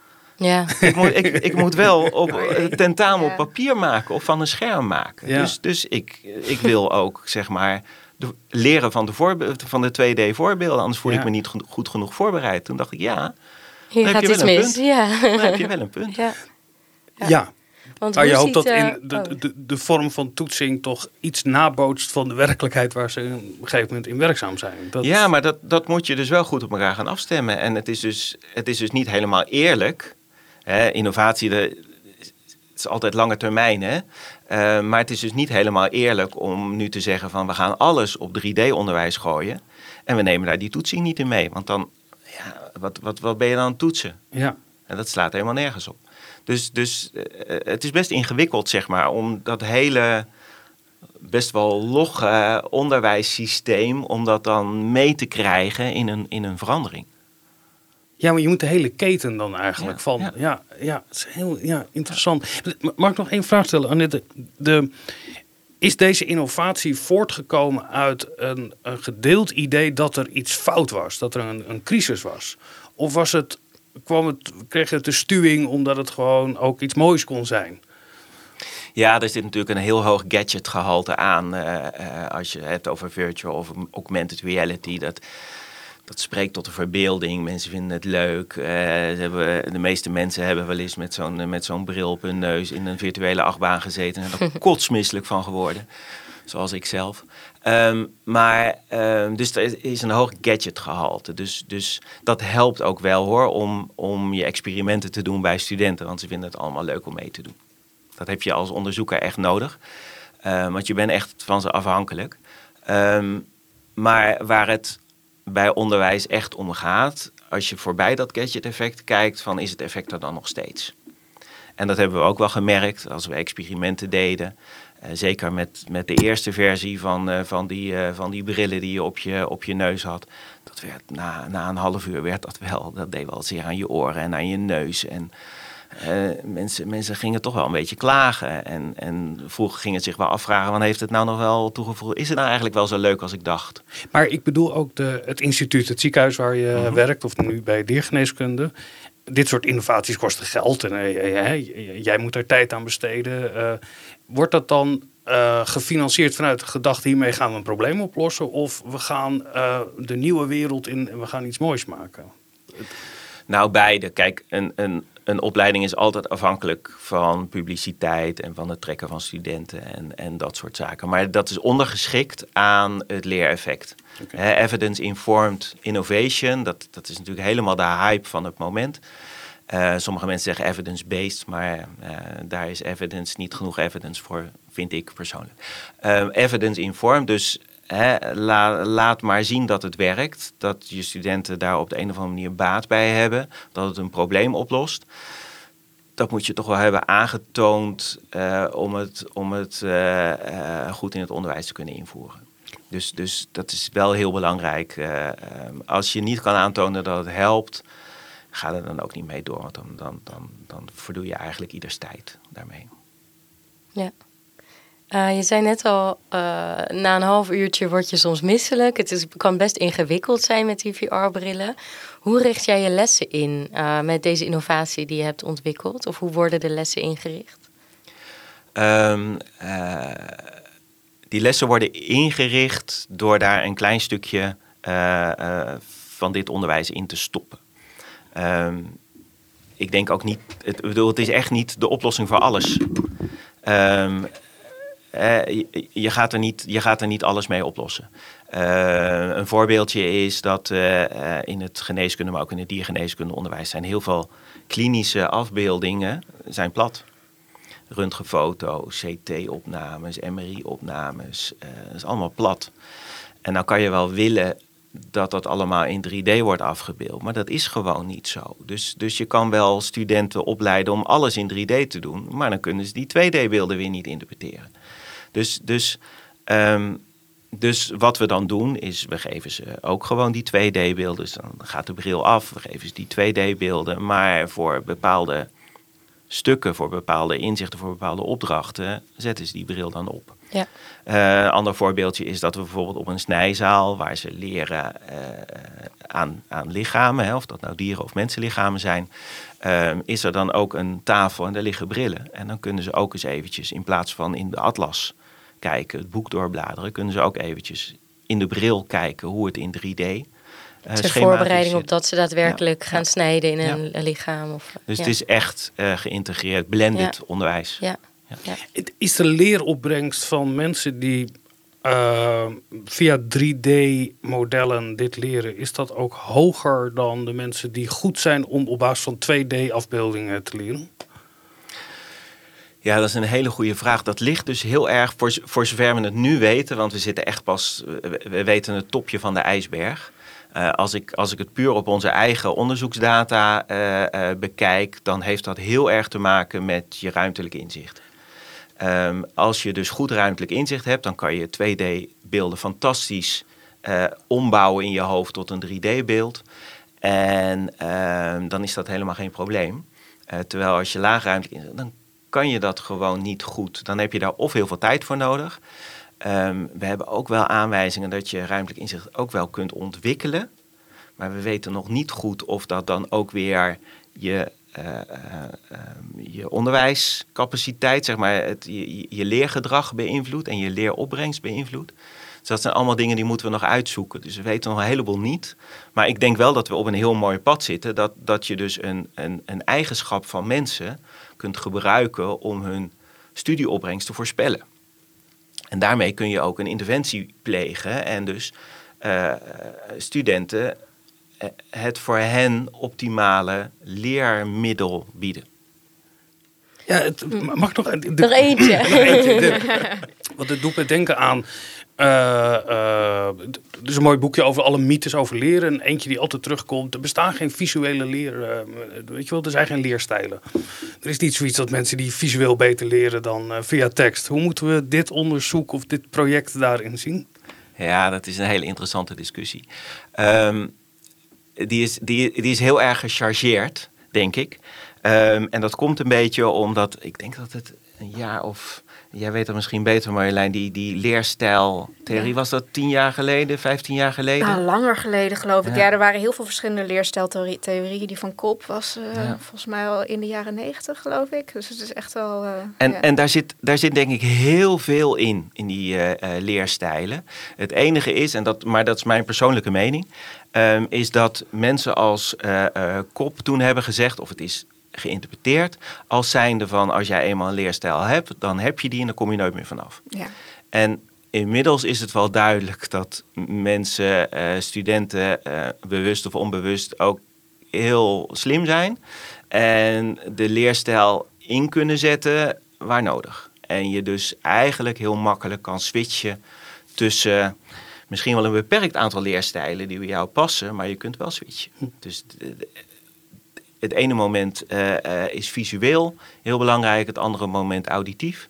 Ja. Ik, moet, ik, ik moet wel op tentamen op papier maken of van een scherm maken. Ja. Dus, dus ik, ik wil ook, zeg maar, de, leren van de, voorbe- van de twee D voorbeelden. Anders voel ja. ik me niet go- goed genoeg voorbereid. Toen dacht ik, ja, Hier dan gaat heb je iets wel een mis. punt. Ja. Dan heb je wel een punt. Ja. Ja. Ja. Want Maar je hoe hoopt ziet, dat uh, in de, oh. de, de vorm van toetsing toch iets nabootst van de werkelijkheid waar ze op een gegeven moment in werkzaam zijn. Dat... Ja, maar dat, dat moet je dus wel goed op elkaar gaan afstemmen. En het is dus, het is dus niet helemaal eerlijk. Hè, innovatie, de, het is altijd lange termijn. Hè? Uh, maar het is dus niet helemaal eerlijk om nu te zeggen van we gaan alles op drie D-onderwijs gooien. En we nemen daar die toetsing niet in mee. Want dan ja, wat, wat, wat ben je dan aan het toetsen? Ja. En dat slaat helemaal nergens op. Dus, dus uh, het is best ingewikkeld, zeg maar, om dat hele best wel logge onderwijssysteem, om dat dan mee te krijgen in een, in een verandering. Ja, maar je moet de hele keten dan eigenlijk Ja, van... ja. Ja, ja, het is heel ja, interessant. Mag ik nog één vraag stellen, Annette? De, is deze innovatie voortgekomen uit een, een gedeeld idee dat er iets fout was? Dat er een, een crisis was? Of was het, kwam het, kreeg het de stuwing omdat het gewoon ook iets moois kon zijn? Ja, er zit natuurlijk een heel hoog gadgetgehalte aan. Uh, uh, als je het hebt over virtual of augmented reality. Dat, dat spreekt tot de verbeelding. Mensen vinden het leuk. Uh, ze hebben, de meeste mensen hebben wel eens met zo'n, met zo'n bril op hun neus in een virtuele achtbaan gezeten. En er kotsmisselijk van geworden. Zoals ik zelf. Um, maar, um, dus er is een hoog gadgetgehalte. Dus, dus dat helpt ook wel hoor, om, om je experimenten te doen bij studenten. Want ze vinden het allemaal leuk om mee te doen. Dat heb je als onderzoeker echt nodig. Um, want je bent echt van ze afhankelijk. Um, maar waar het bij onderwijs echt om gaat, als je voorbij dat gadget-effect kijkt, van is het effect er dan nog steeds? En dat hebben we ook wel gemerkt als we experimenten deden. Uh, zeker met, met de eerste versie van, uh, van, die, uh, van die brillen die je op je, op je neus had. Dat werd na, na een half uur werd dat wel, dat deed wel zeer aan je oren en aan je neus. En uh, mensen, mensen gingen toch wel een beetje klagen. En, en vroeger gingen zich wel afvragen, van heeft het nou nog wel toegevoegd? Is het nou eigenlijk wel zo leuk als ik dacht? Maar ik bedoel ook de, het instituut, het ziekenhuis waar je mm-hmm. werkt, of nu bij diergeneeskunde. Dit soort innovaties kosten geld en uh, uh, jij moet er tijd aan besteden. Uh, wordt dat dan uh, gefinancierd vanuit de gedachte, hiermee gaan we een probleem oplossen? Of we gaan uh, de nieuwe wereld in en we gaan iets moois maken? Nou, beide. Kijk, een, een, een opleiding is altijd afhankelijk van publiciteit en van het trekken van studenten en, en dat soort zaken. Maar dat is ondergeschikt aan het leereffect. Okay. He, evidence-informed innovation, dat, dat is natuurlijk helemaal de hype van het moment. Uh, sommige mensen zeggen evidence-based, maar uh, daar is evidence niet genoeg evidence voor, vind ik persoonlijk. Uh, evidence-informed, dus he, la, laat maar zien dat het werkt. Dat je studenten daar op de een of andere manier baat bij hebben. Dat het een probleem oplost. Dat moet je toch wel hebben aangetoond uh, om het, om het uh, uh, goed in het onderwijs te kunnen invoeren. Dus, dus dat is wel heel belangrijk. Uh, uh, als je niet kan aantonen dat het helpt, ga er dan ook niet mee door. Want dan, dan, dan, dan verdoe je eigenlijk ieders tijd daarmee. Ja. Uh, je zei net al, uh, na een half uurtje word je soms misselijk. Het is, kan best ingewikkeld zijn met die V R-brillen. Hoe richt jij je lessen in uh, met deze innovatie die je hebt ontwikkeld? Of hoe worden de lessen ingericht? Um, uh, die lessen worden ingericht door daar een klein stukje uh, uh, van dit onderwijs in te stoppen. Um, ik denk ook niet, het, bedoel, het is echt niet de oplossing voor alles. Um, uh, je, je, gaat er niet, je gaat er niet alles mee oplossen. Uh, een voorbeeldje is dat uh, uh, in het geneeskunde, maar ook in het diergeneeskundeonderwijs zijn heel veel klinische afbeeldingen zijn plat. Röntgenfoto's, C T-opnames, M R I-opnames, uh, dat is allemaal plat. En dan kan je wel willen dat dat allemaal in drie D wordt afgebeeld, maar dat is gewoon niet zo. Dus, dus je kan wel studenten opleiden om alles in drie D te doen, maar dan kunnen ze die twee D-beelden weer niet interpreteren. Dus, dus, um, dus wat we dan doen is, we geven ze ook gewoon die twee D-beelden. Dus dan gaat de bril af, we geven ze die twee D-beelden, maar voor bepaalde stukken, voor bepaalde inzichten, voor bepaalde opdrachten, zetten ze die bril dan op. Ja. Uh, een ander voorbeeldje is dat we bijvoorbeeld op een snijzaal, waar ze leren uh, aan, aan lichamen, hè, of dat nou dieren of mensenlichamen zijn, uh, is er dan ook een tafel en daar liggen brillen. En dan kunnen ze ook eens eventjes, in plaats van in de atlas kijken, het boek doorbladeren, kunnen ze ook eventjes in de bril kijken hoe het in drie D uh, Het is een voorbereiding op dat ze daadwerkelijk ja. gaan ja. snijden in een ja. lichaam. Of, dus ja. het is echt uh, geïntegreerd, blended ja. onderwijs. Ja. Ja. Ja. Is de leeropbrengst van mensen die uh, via drie D-modellen dit leren, is dat ook hoger dan de mensen die goed zijn om op basis van twee D-afbeeldingen te leren? Ja, dat is een hele goede vraag. Dat ligt dus heel erg, voor, voor zover we het nu weten, want we zitten echt pas, we weten het topje van de ijsberg. Uh, als, ik, als ik het puur op onze eigen onderzoeksdata uh, uh, bekijk, dan heeft dat heel erg te maken met je ruimtelijk inzicht. Um, als je dus goed ruimtelijk inzicht hebt, dan kan je twee D-beelden fantastisch uh, ombouwen in je hoofd tot een drie D-beeld. En uh, dan is dat helemaal geen probleem. Uh, terwijl als je laag ruimtelijk inzicht, dan kan je dat gewoon niet goed. Dan heb je daar of heel veel tijd voor nodig. Um, we hebben ook wel aanwijzingen dat je ruimtelijk inzicht ook wel kunt ontwikkelen. Maar we weten nog niet goed of dat dan ook weer je, uh, uh, uh, je onderwijscapaciteit, zeg maar, het, je, je leergedrag beïnvloedt en je leeropbrengst beïnvloedt. Dus dat zijn allemaal dingen die moeten we nog uitzoeken. Dus we weten nog een heleboel niet. Maar ik denk wel dat we op een heel mooi pad zitten. Dat, dat je dus een, een, een eigenschap van mensen kunt gebruiken om hun studieopbrengst te voorspellen. En daarmee kun je ook een interventie plegen en dus uh, studenten het voor hen optimale leermiddel bieden. Ja, het mag nog... De, nog eentje. nog eentje de, want het doet me denken aan... Uh, uh, er is een mooi boekje over alle mythes over leren. En eentje die altijd terugkomt. Er bestaan geen visuele leer... Uh, weet je wel, er zijn geen leerstijlen. Er is niet zoiets dat mensen die visueel beter leren dan uh, via tekst. Hoe moeten we dit onderzoek of dit project daarin zien? Ja, dat is een hele interessante discussie. Um, die, is, die, die is heel erg gechargeerd, denk ik. Um, en dat komt een beetje omdat... Ik denk dat het een jaar of... Jij weet dat misschien beter, Marjolein. Die, die leerstijltheorie, ja. Was dat tien jaar geleden, vijftien jaar geleden? Nou, langer geleden geloof ik. Ja. Ja, er waren heel veel verschillende leerstijltheorieën. Die van Kolb was uh, ja. volgens mij al in de jaren negentig, geloof ik. Dus het is echt wel... Uh, en ja. en daar, zit, daar zit denk ik heel veel in, in die uh, uh, leerstijlen. Het enige is, en dat, maar dat is mijn persoonlijke mening... Um, is dat mensen als uh, uh, Kolb toen hebben gezegd... of het is geïnterpreteerd als zijnde van... als jij eenmaal een leerstijl hebt, dan heb je die en dan kom je nooit meer vanaf. Ja. En inmiddels is het wel duidelijk dat mensen, uh, studenten... Uh, bewust of onbewust ook heel slim zijn... en de leerstijl in kunnen zetten waar nodig. En je dus eigenlijk heel makkelijk kan switchen tussen... misschien wel een beperkt aantal leerstijlen die bij jou passen... maar je kunt wel switchen. Hm. Dus... De, de, Het ene moment uh, uh, is visueel heel belangrijk, het andere moment auditief.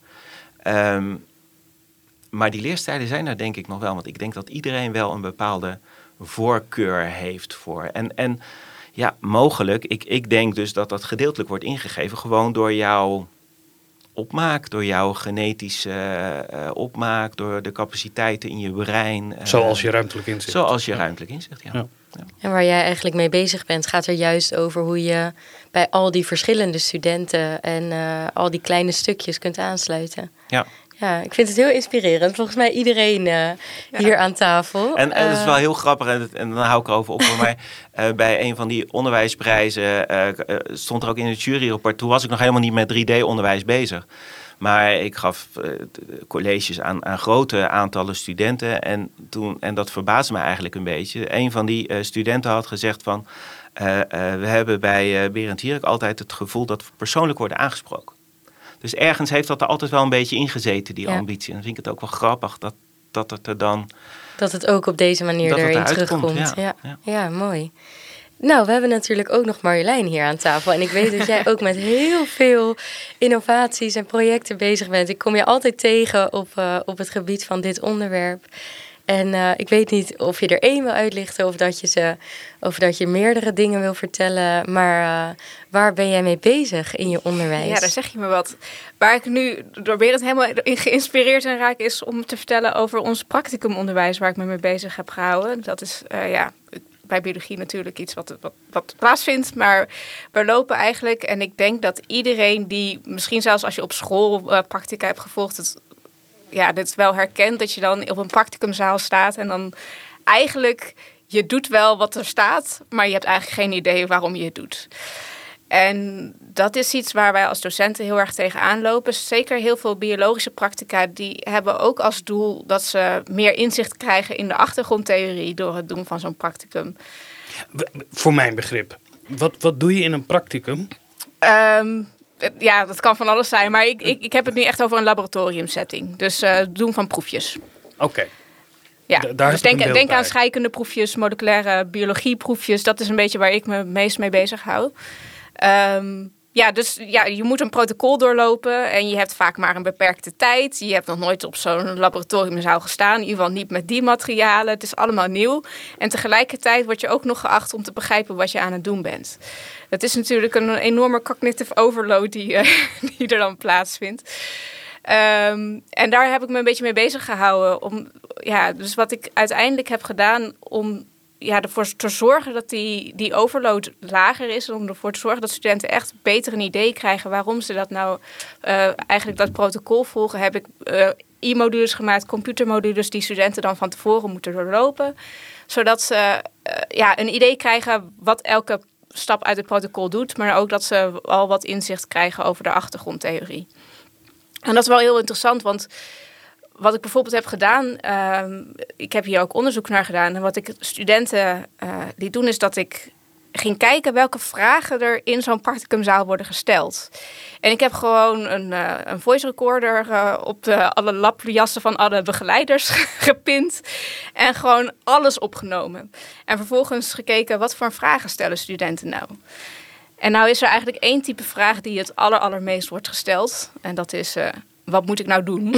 Um, maar die leerstijlen zijn er denk ik nog wel. Want ik denk dat iedereen wel een bepaalde voorkeur heeft voor. En, en ja, mogelijk, ik, ik denk dus dat dat gedeeltelijk wordt ingegeven... gewoon door jouw opmaak, door jouw genetische uh, opmaak... door de capaciteiten in je brein. Uh, zoals je ruimtelijk inzicht. Zoals je ja. ruimtelijk inzicht, ja. ja. Ja. En waar jij eigenlijk mee bezig bent, gaat er juist over hoe je bij al die verschillende studenten en uh, al die kleine stukjes kunt aansluiten. Ja. Ja, ik vind het heel inspirerend. Volgens mij iedereen uh, ja. hier aan tafel. En, en uh, het is wel heel grappig, en, en dan hou ik erover op. Maar uh, bij een van die onderwijsprijzen uh, uh, stond er ook in het juryrapport. Toen was ik nog helemaal niet met drie D-onderwijs bezig. Maar ik gaf uh, colleges aan, aan grote aantallen studenten. En, toen, en dat verbaasde me eigenlijk een beetje. Een van die uh, studenten had gezegd van... Uh, uh, we hebben bij uh, Berend Hierik altijd het gevoel dat we persoonlijk worden aangesproken. Dus ergens heeft dat er altijd wel een beetje ingezeten, die ja. ambitie. En dan vind ik het ook wel grappig dat, dat het er dan... Dat het ook op deze manier erin terugkomt. Ja. Ja. Ja. ja, mooi. Nou, we hebben natuurlijk ook nog Marjolein hier aan tafel. En ik weet dat jij ook met heel veel innovaties en projecten bezig bent. Ik kom je altijd tegen op, uh, op het gebied van dit onderwerp. En uh, ik weet niet of je er één wil uitlichten of dat je, ze, of dat je meerdere dingen wil vertellen. Maar uh, waar ben jij mee bezig in je onderwijs? Ja, daar zeg je me wat. Waar ik nu door Berend helemaal in geïnspireerd en raak is om te vertellen over ons practicumonderwijs waar ik me mee bezig heb gehouden. Dat is uh, ja... bij biologie natuurlijk iets wat, wat, wat plaatsvindt. Maar we lopen eigenlijk... en ik denk dat iedereen die... misschien zelfs als je op school uh, practica hebt gevolgd... Het, ja, dit wel herkent dat je dan op een practicumzaal staat... en dan eigenlijk... je doet wel wat er staat... maar je hebt eigenlijk geen idee waarom je het doet. En dat is iets waar wij als docenten heel erg tegenaan lopen. Zeker heel veel biologische practica... die hebben ook als doel dat ze meer inzicht krijgen... in de achtergrondtheorie door het doen van zo'n practicum. Voor mijn begrip. Wat, wat doe je in een practicum? Um, ja, dat kan van alles zijn. Maar ik, ik, ik heb het nu echt over een laboratoriumsetting. Dus uh, doen van proefjes. Oké. Okay. Ja, D- daar dus heb ik denk, een denk beeld aan bij. scheikundeproefjes, moleculaire biologieproefjes. Dat is een beetje waar ik me meest mee bezig hou. Um, ja, dus ja, je moet een protocol doorlopen en je hebt vaak maar een beperkte tijd. Je hebt nog nooit op zo'n laboratoriumzaal gestaan, in ieder geval niet met die materialen. Het is allemaal nieuw. En tegelijkertijd word je ook nog geacht om te begrijpen wat je aan het doen bent. Het is natuurlijk een enorme cognitive overload die, uh, die er dan plaatsvindt. Um, en daar heb ik me een beetje mee bezig gehouden. Om, ja, dus wat ik uiteindelijk heb gedaan om ja, ervoor te zorgen dat die, die overload lager is. Om ervoor te zorgen dat studenten echt beter een idee krijgen waarom ze dat nou uh, eigenlijk dat protocol volgen. Heb ik uh, e-modules gemaakt, computermodules die studenten dan van tevoren moeten doorlopen. Zodat ze uh, ja, een idee krijgen wat elke stap uit het protocol doet. Maar ook dat ze al wat inzicht krijgen over de achtergrondtheorie. En dat is wel heel interessant, want wat ik bijvoorbeeld heb gedaan, uh, ik heb hier ook onderzoek naar gedaan. En wat ik studenten uh, liet doen, is dat ik ging kijken welke vragen er in zo'n practicumzaal worden gesteld. En ik heb gewoon een, uh, een voice recorder uh, op de, alle labjassen van alle begeleiders gepint. En gewoon alles opgenomen. En vervolgens gekeken, wat voor vragen stellen studenten nou? En nou is er eigenlijk één type vraag die het aller, allermeest wordt gesteld. En dat is, uh, wat moet ik nou doen?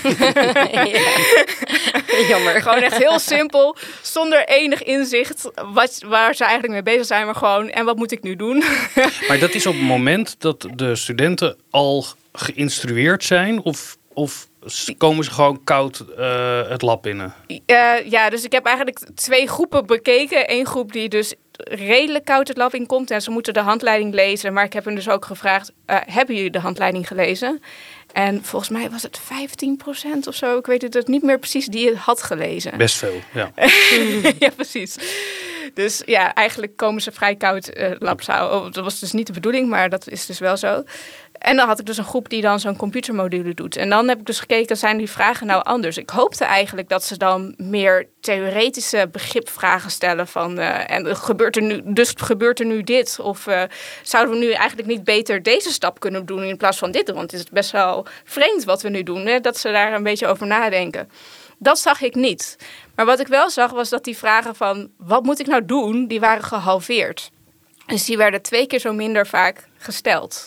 Ja. Jammer. Gewoon echt heel simpel, zonder enig inzicht wat, waar ze eigenlijk mee bezig zijn. Maar gewoon, en wat moet ik nu doen? Maar dat is op het moment dat de studenten al geïnstrueerd zijn? Of, of komen ze gewoon koud uh, het lab binnen? Uh, ja, dus ik heb eigenlijk twee groepen bekeken. Eén groep die dus redelijk koud het lab in komt en ze moeten de handleiding lezen. Maar ik heb hen dus ook gevraagd, uh, hebben jullie de handleiding gelezen? En volgens mij was het vijftien procent of zo. Ik weet het niet meer precies die het had gelezen. Best veel, ja. Ja, precies. Dus ja, eigenlijk komen ze vrij koud uh, labzaal. Oh, dat was dus niet de bedoeling, maar dat is dus wel zo. En dan had ik dus een groep die dan zo'n computermodule doet. En dan heb ik dus gekeken, zijn die vragen nou anders? Ik hoopte eigenlijk dat ze dan meer theoretische begripvragen stellen van Uh, en gebeurt er nu, dus gebeurt er nu dit? Of uh, zouden we nu eigenlijk niet beter deze stap kunnen doen in plaats van dit? Want het is best wel vreemd wat we nu doen, hè? Dat ze daar een beetje over nadenken. Dat zag ik niet. Maar wat ik wel zag was dat die vragen van wat moet ik nou doen? Die waren gehalveerd. Dus die werden twee keer zo minder vaak gesteld.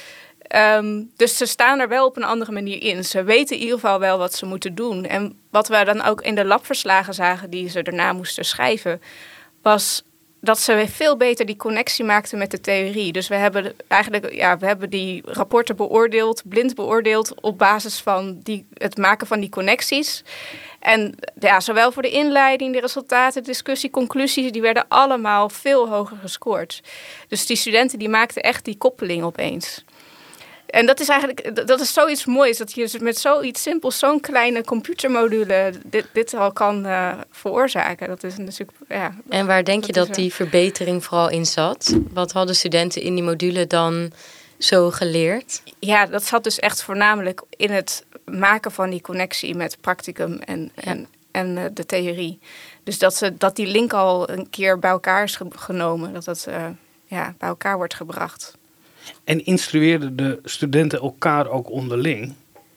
Um, dus ze staan er wel op een andere manier in. Ze weten in ieder geval wel wat ze moeten doen. En wat we dan ook in de labverslagen zagen die ze daarna moesten schrijven, was dat ze veel beter die connectie maakten met de theorie. Dus we hebben eigenlijk ja, we hebben die rapporten beoordeeld, blind beoordeeld op basis van die, het maken van die connecties. En ja, zowel voor de inleiding, de resultaten, discussie, conclusies, die werden allemaal veel hoger gescoord. Dus die studenten die maakten echt die koppeling opeens. En dat is eigenlijk, dat is zoiets moois, dat je met zoiets simpels, zo'n kleine computermodule dit, dit al kan uh, veroorzaken. Dat is natuurlijk, ja. En waar denk je dat dat die verbetering vooral in zat? Wat hadden studenten in die module dan zo geleerd? Ja, dat zat dus echt voornamelijk in het maken van die connectie met practicum en, ja. en, en uh, de theorie. Dus dat, ze, dat die link al een keer bij elkaar is genomen, dat dat uh, ja, bij elkaar wordt gebracht. En instrueerden de studenten elkaar ook onderling?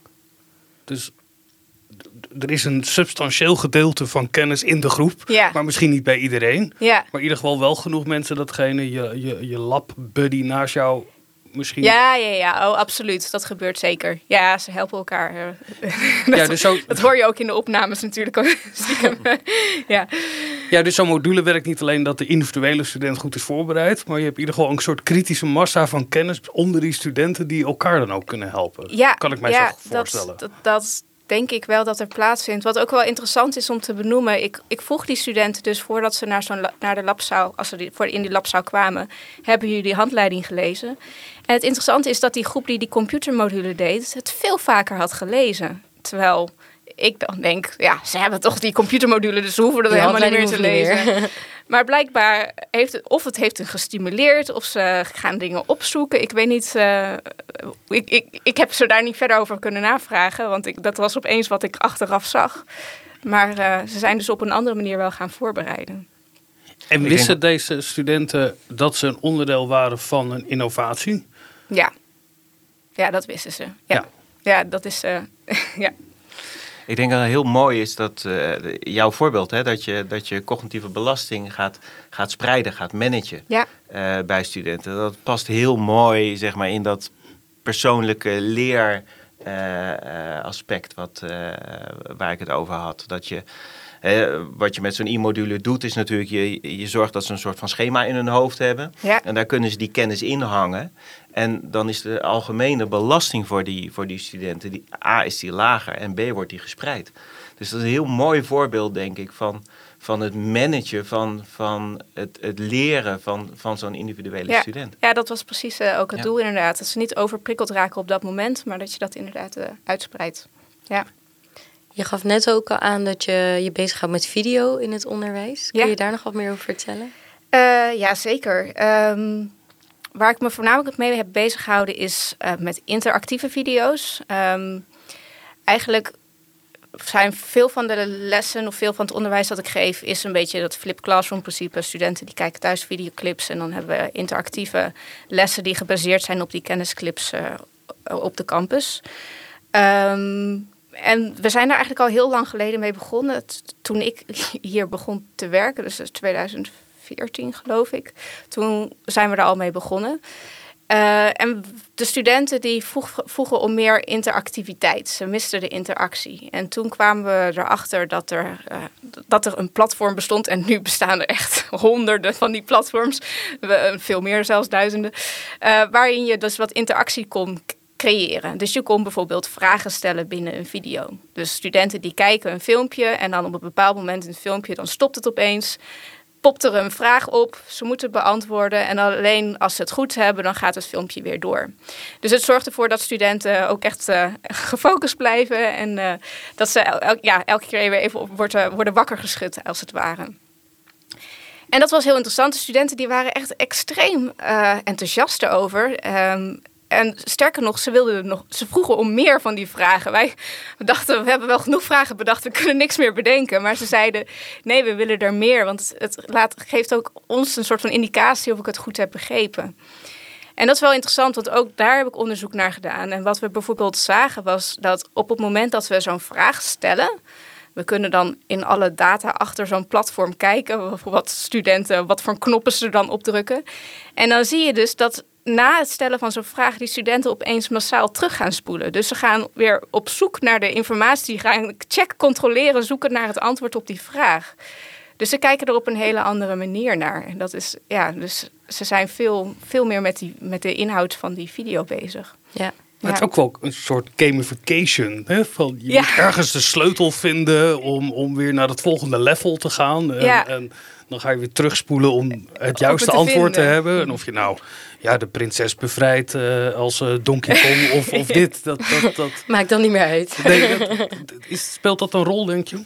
Dus er is een substantieel gedeelte van kennis in de groep, ja. maar misschien niet bij iedereen. Ja. Maar in ieder geval wel genoeg mensen datgene, je, je, je lab-buddy naast jou misschien. Ja, ja, ja, oh, absoluut. Dat gebeurt zeker. Ja, ze helpen elkaar. dat, ja, dus zo, dat hoor je ook in de opnames natuurlijk. ja. Ja, dus zo'n module werkt niet alleen dat de individuele student goed is voorbereid, maar je hebt in ieder geval een soort kritische massa van kennis onder die studenten die elkaar dan ook kunnen helpen. Ja, kan ik mij ja, zo voorstellen. Dat, dat, dat denk ik wel dat er plaatsvindt. Wat ook wel interessant is om te benoemen. Ik, ik vroeg die studenten dus voordat ze naar, zo'n, naar de labzaal, als ze die, voor in die labzaal kwamen, hebben jullie die handleiding gelezen? En het interessante is dat die groep die die computermodule deed, het veel vaker had gelezen. Terwijl ik dan denk, ja, ze hebben toch die computermodule, dus ze hoeven dat helemaal niet meer te lezen. Meer. Maar blijkbaar heeft het, of het heeft hen gestimuleerd, of ze gaan dingen opzoeken. Ik weet niet, uh, ik, ik, ik heb ze daar niet verder over kunnen navragen, want ik, dat was opeens wat ik achteraf zag. Maar uh, ze zijn dus op een andere manier wel gaan voorbereiden. En wisten deze studenten dat ze een onderdeel waren van een innovatie? Ja, ja dat wisten ze. Ja, ja. ja dat is, uh, ja. Ik denk dat het heel mooi is dat uh, jouw voorbeeld, hè, dat, je, dat je cognitieve belasting gaat, gaat spreiden, gaat managen ja. uh, bij studenten. Dat past heel mooi, zeg maar, in dat persoonlijke leer uh, uh, aspect wat, uh, waar ik het over had. Dat je, uh, wat je met zo'n e-module doet, is natuurlijk, je, je zorgt dat ze een soort van schema in hun hoofd hebben. Ja. En daar kunnen ze die kennis in hangen. En dan is de algemene belasting voor die, voor die studenten, die, A, is die lager en B, wordt die gespreid. Dus dat is een heel mooi voorbeeld, denk ik, van, van het managen, van, van het, het leren van, van zo'n individuele ja. student. Ja, dat was precies uh, ook het ja. doel inderdaad. Dat ze niet overprikkeld raken op dat moment, maar dat je dat inderdaad uh, uitspreidt. Ja. Je gaf net ook al aan dat je je bezighoudt met video in het onderwijs. Kun ja. je daar nog wat meer over vertellen? Uh, ja, zeker. Um, waar ik me voornamelijk mee heb bezig gehouden is uh, met interactieve video's. Um, eigenlijk zijn veel van de lessen of veel van het onderwijs dat ik geef is een beetje dat flip classroom principe. Studenten die kijken thuis videoclips en dan hebben we interactieve lessen die gebaseerd zijn op die kennisclips uh, op de campus. Um, en we zijn daar eigenlijk al heel lang geleden mee begonnen. Toen ik hier begon te werken, dus dat is tweeduizend veertien geloof ik. Toen zijn we er al mee begonnen. Uh, en de studenten die vroeg, vroegen om meer interactiviteit. Ze misten de interactie. En toen kwamen we erachter dat er, uh, dat er een platform bestond. En nu bestaan er echt honderden van die platforms. We, veel meer, zelfs duizenden. Uh, waarin je dus wat interactie kon creëren. Dus je kon bijvoorbeeld vragen stellen binnen een video. Dus studenten die kijken een filmpje en dan op een bepaald moment in het filmpje, dan stopt het opeens. Popt er een vraag op, ze moeten beantwoorden en alleen als ze het goed hebben, dan gaat het filmpje weer door. Dus het zorgt ervoor dat studenten ook echt uh, gefocust blijven en uh, dat ze el- ja, elke keer weer even op worden, worden wakker geschud, als het ware. En dat was heel interessant. De studenten die waren echt extreem uh, enthousiast erover. Um, En sterker nog, ze wilden nog, ze vroegen om meer van die vragen. Wij dachten, we hebben wel genoeg vragen bedacht, we kunnen niks meer bedenken. Maar ze zeiden, nee, we willen er meer. Want het laat, geeft ook ons een soort van indicatie of ik het goed heb begrepen. En dat is wel interessant, want ook daar heb ik onderzoek naar gedaan. En wat we bijvoorbeeld zagen was dat op het moment dat we zo'n vraag stellen, we kunnen dan in alle data achter zo'n platform kijken wat studenten, wat voor knoppen ze dan opdrukken. En dan zie je dus dat na het stellen van zo'n vraag die studenten opeens massaal terug gaan spoelen. Dus ze gaan weer op zoek naar de informatie, gaan check, controleren, zoeken naar het antwoord op die vraag. Dus ze kijken er op een hele andere manier naar. En dat is, ja, dus ze zijn veel, veel meer met, die, met de inhoud van die video bezig. Ja. Maar het is ook wel een soort gamification. Hè? Van, je Ja. moet ergens de sleutel vinden om, om weer naar het volgende level te gaan. En, Ja. en dan ga je weer terugspoelen om het juiste te antwoord te vinden. hebben. En of je nou ja, de prinses bevrijdt uh, als uh, Donkey Kong of, of dit. Dat, dat, dat. Maakt dan niet meer uit. Nee, dat, is, speelt dat een rol, denk je?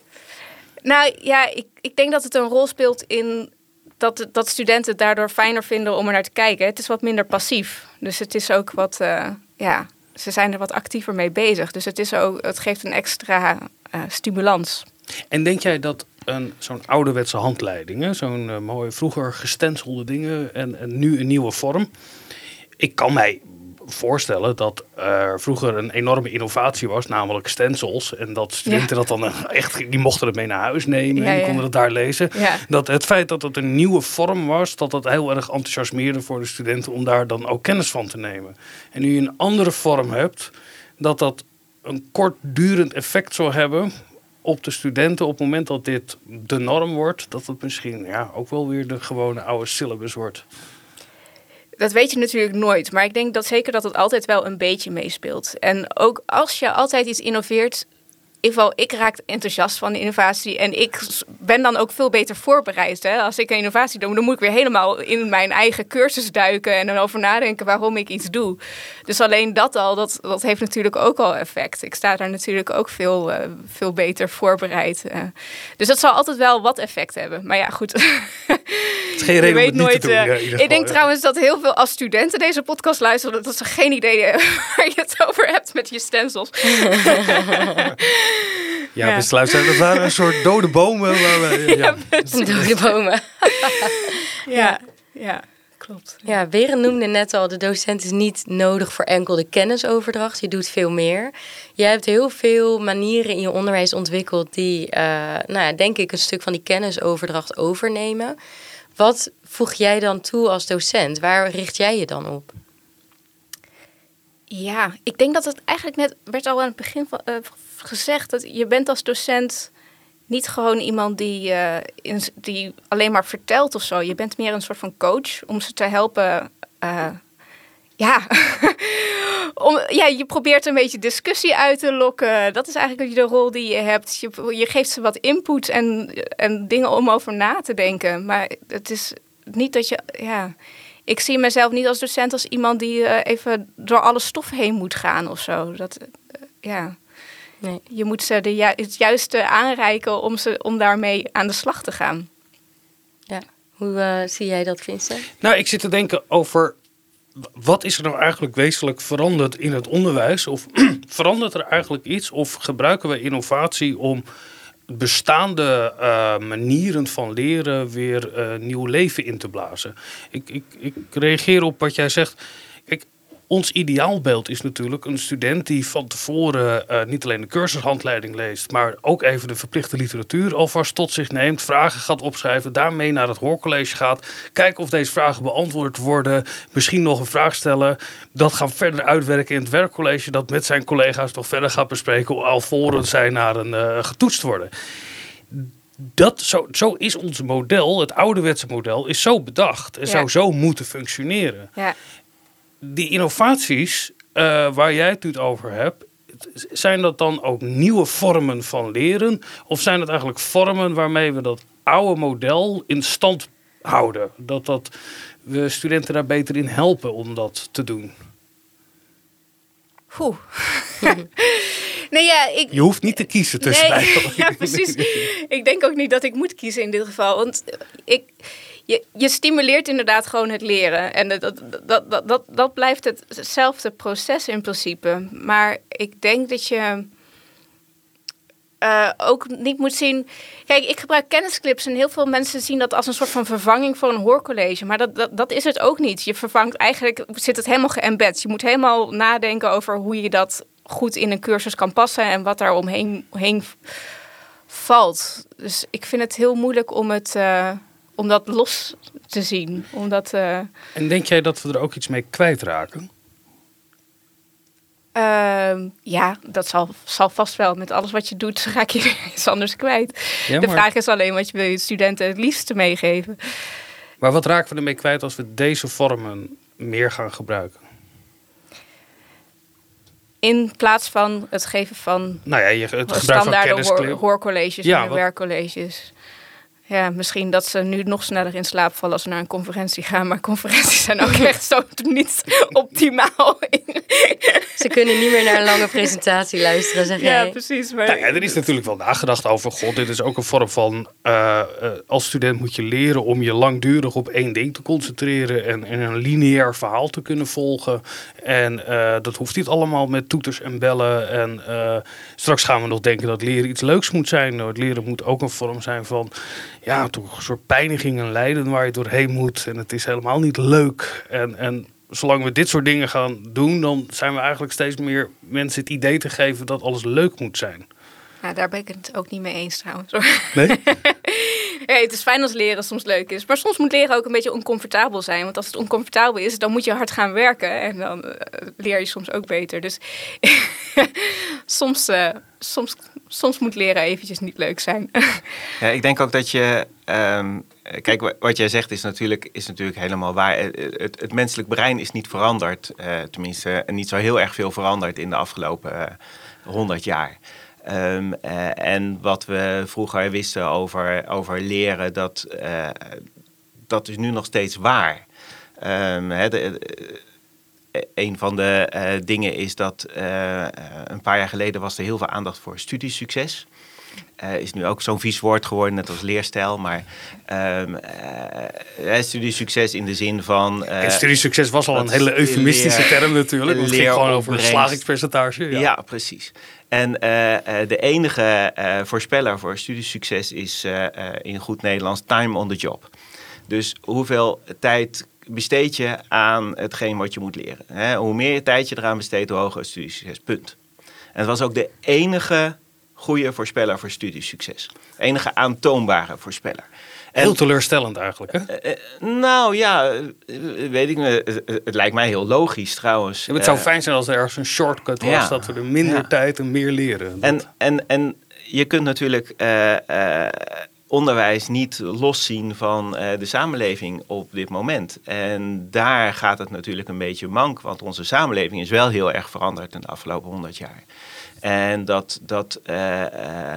Nou ja, ik, ik denk dat het een rol speelt in dat, dat studenten het daardoor fijner vinden om er naar te kijken. Het is wat minder passief. Dus het is ook wat, uh, ja, ze zijn er wat actiever mee bezig. Dus het, is ook, het geeft een extra uh, stimulans. En denk jij dat een, zo'n ouderwetse handleiding, hè? Zo'n uh, mooie vroeger gestencelde dingen en, en nu een nieuwe vorm. Ik kan mij voorstellen dat er vroeger een enorme innovatie was, namelijk stencils. En dat studenten ja. dat dan echt, die mochten het mee naar huis nemen. Ja, en die ja. konden het daar lezen. Ja. Dat het feit dat het een nieuwe vorm was, dat dat heel erg enthousiasmeerde voor de studenten om daar dan ook kennis van te nemen. En nu je een andere vorm hebt, dat dat een kortdurend effect zou hebben op de studenten op het moment dat dit de norm wordt, dat het misschien ja, ook wel weer de gewone oude syllabus wordt. Dat weet je natuurlijk nooit, maar ik denk dat zeker dat het altijd wel een beetje meespeelt. En ook als je altijd iets innoveert, in ieder geval, ik raak enthousiast van de innovatie en ik ben dan ook veel beter voorbereid. Hè? Als ik een innovatie doe, dan moet ik weer helemaal in mijn eigen cursus duiken en erover nadenken waarom ik iets doe. Dus alleen dat al, dat, dat heeft natuurlijk ook al effect. Ik sta daar natuurlijk ook veel, uh, veel beter voorbereid. Uh, dus dat zal altijd wel wat effect hebben. Maar ja, goed. Het is geen reden om het niet nooit, te doen. Uh, ja, ik denk ja. trouwens dat heel veel als studenten deze podcast luisteren, dat ze geen idee waar je het over hebt met je stencils. Ja, ja. beste luisteraars, dat waren een soort dode bomen. Waar we, ja. Ja, dode bomen. ja, ja. klopt. Ja, Berend noemde net al, de docent is niet nodig voor enkel de kennisoverdracht. Je doet veel meer. Je hebt heel veel manieren in je onderwijs ontwikkeld die, uh, nou ja, denk ik, een stuk van die kennisoverdracht overnemen. Wat voeg jij dan toe als docent? Waar richt jij je dan op? Ja, ik denk dat het eigenlijk net werd al aan het begin van, uh, gezegd dat je bent als docent niet gewoon iemand die, uh, in, die alleen maar vertelt of zo. Je bent meer een soort van coach om ze te helpen. Uh, ja. om, ja, je probeert een beetje discussie uit te lokken. Dat is eigenlijk de rol die je hebt. Je, je geeft ze wat input en, en dingen om over na te denken. Maar het is niet dat je... Ja, ik zie mezelf niet als docent als iemand die uh, even door alle stof heen moet gaan of zo. Dat, uh, ja... Nee. Je moet ze de ju- het juiste aanreiken om, ze, om daarmee aan de slag te gaan. Ja. Hoe uh, zie jij dat, Vincent? Nou, ik zit te denken over... wat is er nou eigenlijk wezenlijk veranderd in het onderwijs? Of verandert er eigenlijk iets? Of gebruiken we innovatie om bestaande uh, manieren van leren weer uh, nieuw leven in te blazen? Ik, ik, ik reageer op wat jij zegt. Kijk, ons ideaalbeeld is natuurlijk een student die van tevoren uh, niet alleen de cursushandleiding leest, maar ook even de verplichte literatuur alvast tot zich neemt, vragen gaat opschrijven, daarmee naar het hoorcollege gaat, kijken of deze vragen beantwoord worden, misschien nog een vraag stellen, dat gaan verder uitwerken in het werkcollege, dat met zijn collega's nog verder gaat bespreken, alvorens zij naar een uh, getoetst worden. Dat, zo, zo is ons model, het ouderwetse model, is zo bedacht en ja. zou zo moeten functioneren. Ja. Die innovaties uh, waar jij het nu over hebt, zijn dat dan ook nieuwe vormen van leren? Of zijn het eigenlijk vormen waarmee we dat oude model in stand houden? Dat, dat we studenten daar beter in helpen om dat te doen? Oeh. Nee, ja, ik, je hoeft niet te kiezen tussen nee, beiden. Ja, precies. Ik denk ook niet dat ik moet kiezen in dit geval. Want ik... Je, je stimuleert inderdaad gewoon het leren. En dat, dat, dat, dat, dat blijft hetzelfde proces in principe. Maar ik denk dat je uh, ook niet moet zien... Kijk, ik gebruik kennisclips en heel veel mensen zien dat als een soort van vervanging voor een hoorcollege. Maar dat, dat, dat is het ook niet. Je vervangt eigenlijk, zit het helemaal geëmbed. Je moet helemaal nadenken over hoe je dat goed in een cursus kan passen en wat daar omheen heen valt. Dus ik vind het heel moeilijk om het... Uh, om dat los te zien. Omdat, uh... En denk jij dat we er ook iets mee kwijtraken? Uh, ja, dat zal, zal vast wel. Met alles wat je doet, raak je iets anders kwijt. Ja, maar... De vraag is alleen wat je wil je studenten het liefste meegeven. Maar wat raken we ermee kwijt als we deze vormen meer gaan gebruiken? In plaats van het geven van nou ja, je, het standaarde hoor, hoorcolleges ja, en wat... werkcolleges. Ja, misschien dat ze nu nog sneller in slaap vallen als ze naar een conferentie gaan. Maar conferenties zijn ook echt zo niet optimaal. Ze kunnen niet meer naar een lange presentatie luisteren, zeg jij. Ja, precies. Maar... Nou ja, er is natuurlijk wel nagedacht over, god, dit is ook een vorm van... Uh, uh, als student moet je leren om je langdurig op één ding te concentreren... en, en een lineair verhaal te kunnen volgen. En uh, dat hoeft niet allemaal met toeters en bellen. En uh, straks gaan we nog denken dat leren iets leuks moet zijn. Het leren moet ook een vorm zijn van... ja, toch een soort pijniging en lijden waar je doorheen moet. En het is helemaal niet leuk. En, en zolang we dit soort dingen gaan doen, dan zijn we eigenlijk steeds meer mensen het idee te geven dat alles leuk moet zijn. Ja, daar ben ik het ook niet mee eens trouwens. Nee? Ja, het is fijn als leren soms leuk is. Maar soms moet leren ook een beetje oncomfortabel zijn. Want als het oncomfortabel is, dan moet je hard gaan werken. En dan uh, leer je soms ook beter. Dus soms, uh, soms, soms moet leren eventjes niet leuk zijn. Ja, ik denk ook dat je... Um, kijk, wat jij zegt is natuurlijk, is natuurlijk helemaal waar. Het, het menselijk brein is niet veranderd. Uh, tenminste, niet zo heel erg veel veranderd in de afgelopen honderd uh, jaar. Um, uh, en wat we vroeger wisten over, over leren, dat, uh, dat is nu nog steeds waar. Um, he, de, de, een van de uh, dingen is dat uh, een paar jaar geleden was er heel veel aandacht voor studiesucces. Uh, is nu ook zo'n vies woord geworden, net als leerstijl. Maar um, uh, studiesucces in de zin van... Uh, en studiesucces was al een hele eufemistische leer, term natuurlijk. Het ging gewoon over een slagingspercentage. Ja, ja precies. En uh, uh, de enige uh, voorspeller voor studiesucces is uh, uh, in goed Nederlands time on the job. Dus hoeveel tijd besteed je aan hetgeen wat je moet leren. Hè? Hoe meer tijd je eraan besteedt, hoe hoger het studiesucces. Punt. En het was ook de enige goede voorspeller voor studiesucces. De enige aantoonbare voorspeller. En, heel teleurstellend eigenlijk, hè? Uh, nou ja, uh, weet ik niet. Het, uh, het lijkt mij heel logisch trouwens. Ja, het zou uh, fijn zijn als er ergens een shortcut was, ja, dat we er minder ja. tijd en meer leren. En, en, en je kunt natuurlijk uh, uh, onderwijs niet loszien van uh, de samenleving op dit moment. En daar gaat het natuurlijk een beetje mank, want onze samenleving is wel heel erg veranderd in de afgelopen honderd jaar. En dat, dat uh, uh,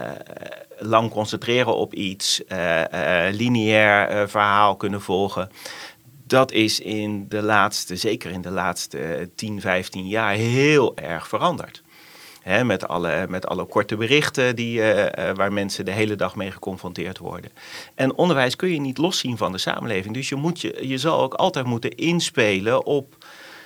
lang concentreren op iets, uh, uh, lineair uh, verhaal kunnen volgen, dat is in de laatste, zeker in de laatste tien, vijftien jaar heel erg veranderd. He, met, alle, met alle korte berichten die, uh, uh, waar mensen de hele dag mee geconfronteerd worden. En onderwijs kun je niet loszien van de samenleving. Dus je, moet je, je zal ook altijd moeten inspelen op,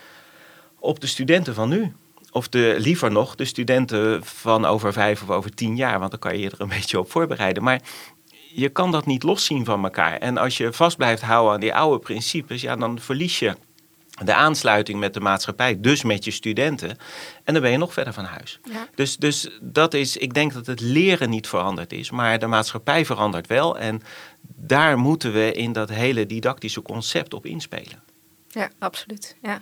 op de studenten van nu. Of de, liever nog, de studenten van over vijf of over tien jaar. Want dan kan je je er een beetje op voorbereiden. Maar je kan dat niet loszien van elkaar. En als je vast blijft houden aan die oude principes, ja, dan verlies je de aansluiting met de maatschappij, dus met je studenten. En dan ben je nog verder van huis. Ja. Dus, dus dat is, ik denk dat het leren niet veranderd is, maar de maatschappij verandert wel. En daar moeten we in dat hele didactische concept op inspelen. Ja, absoluut. Ja.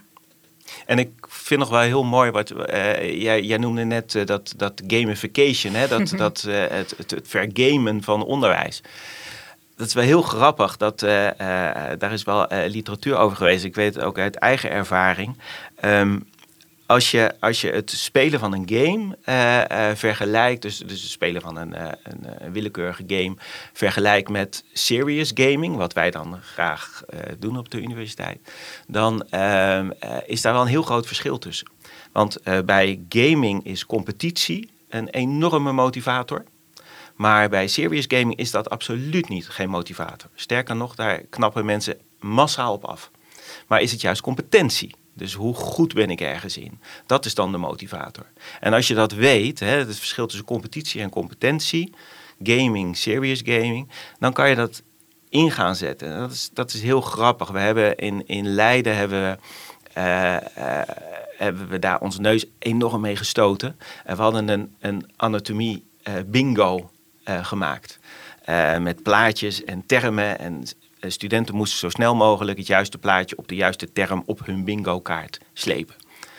En ik vind nog wel heel mooi wat uh, jij, jij noemde net uh, dat, dat gamification, hè? dat, dat, uh, het, het, het vergamen van onderwijs. Dat is wel heel grappig. Dat, uh, uh, daar is wel uh, literatuur over geweest. Ik weet het ook uit eigen ervaring. Um, als, je, als je het spelen van een game uh, uh, vergelijkt, dus, dus het spelen van een, uh, een, een willekeurige game, vergelijkt met serious gaming, wat wij dan graag uh, doen op de universiteit, dan uh, uh, is daar wel een heel groot verschil tussen. Want uh, bij gaming is competitie een enorme motivator. Maar bij serious gaming is dat absoluut niet geen motivator. Sterker nog, daar knappen mensen massaal op af. Maar is het juist competentie? Dus hoe goed ben ik ergens in? Dat is dan de motivator. En als je dat weet, hè, het verschil tussen competitie en competentie, gaming, serious gaming, dan kan je dat in gaan zetten. En dat is, dat is heel grappig. We hebben in, in Leiden hebben we, uh, uh, hebben we daar onze neus enorm mee gestoten. En we hadden een, een anatomie uh, bingo Uh, gemaakt. Uh, met plaatjes en termen. En uh, studenten moesten zo snel mogelijk het juiste plaatje op de juiste term op hun bingo-kaart slepen.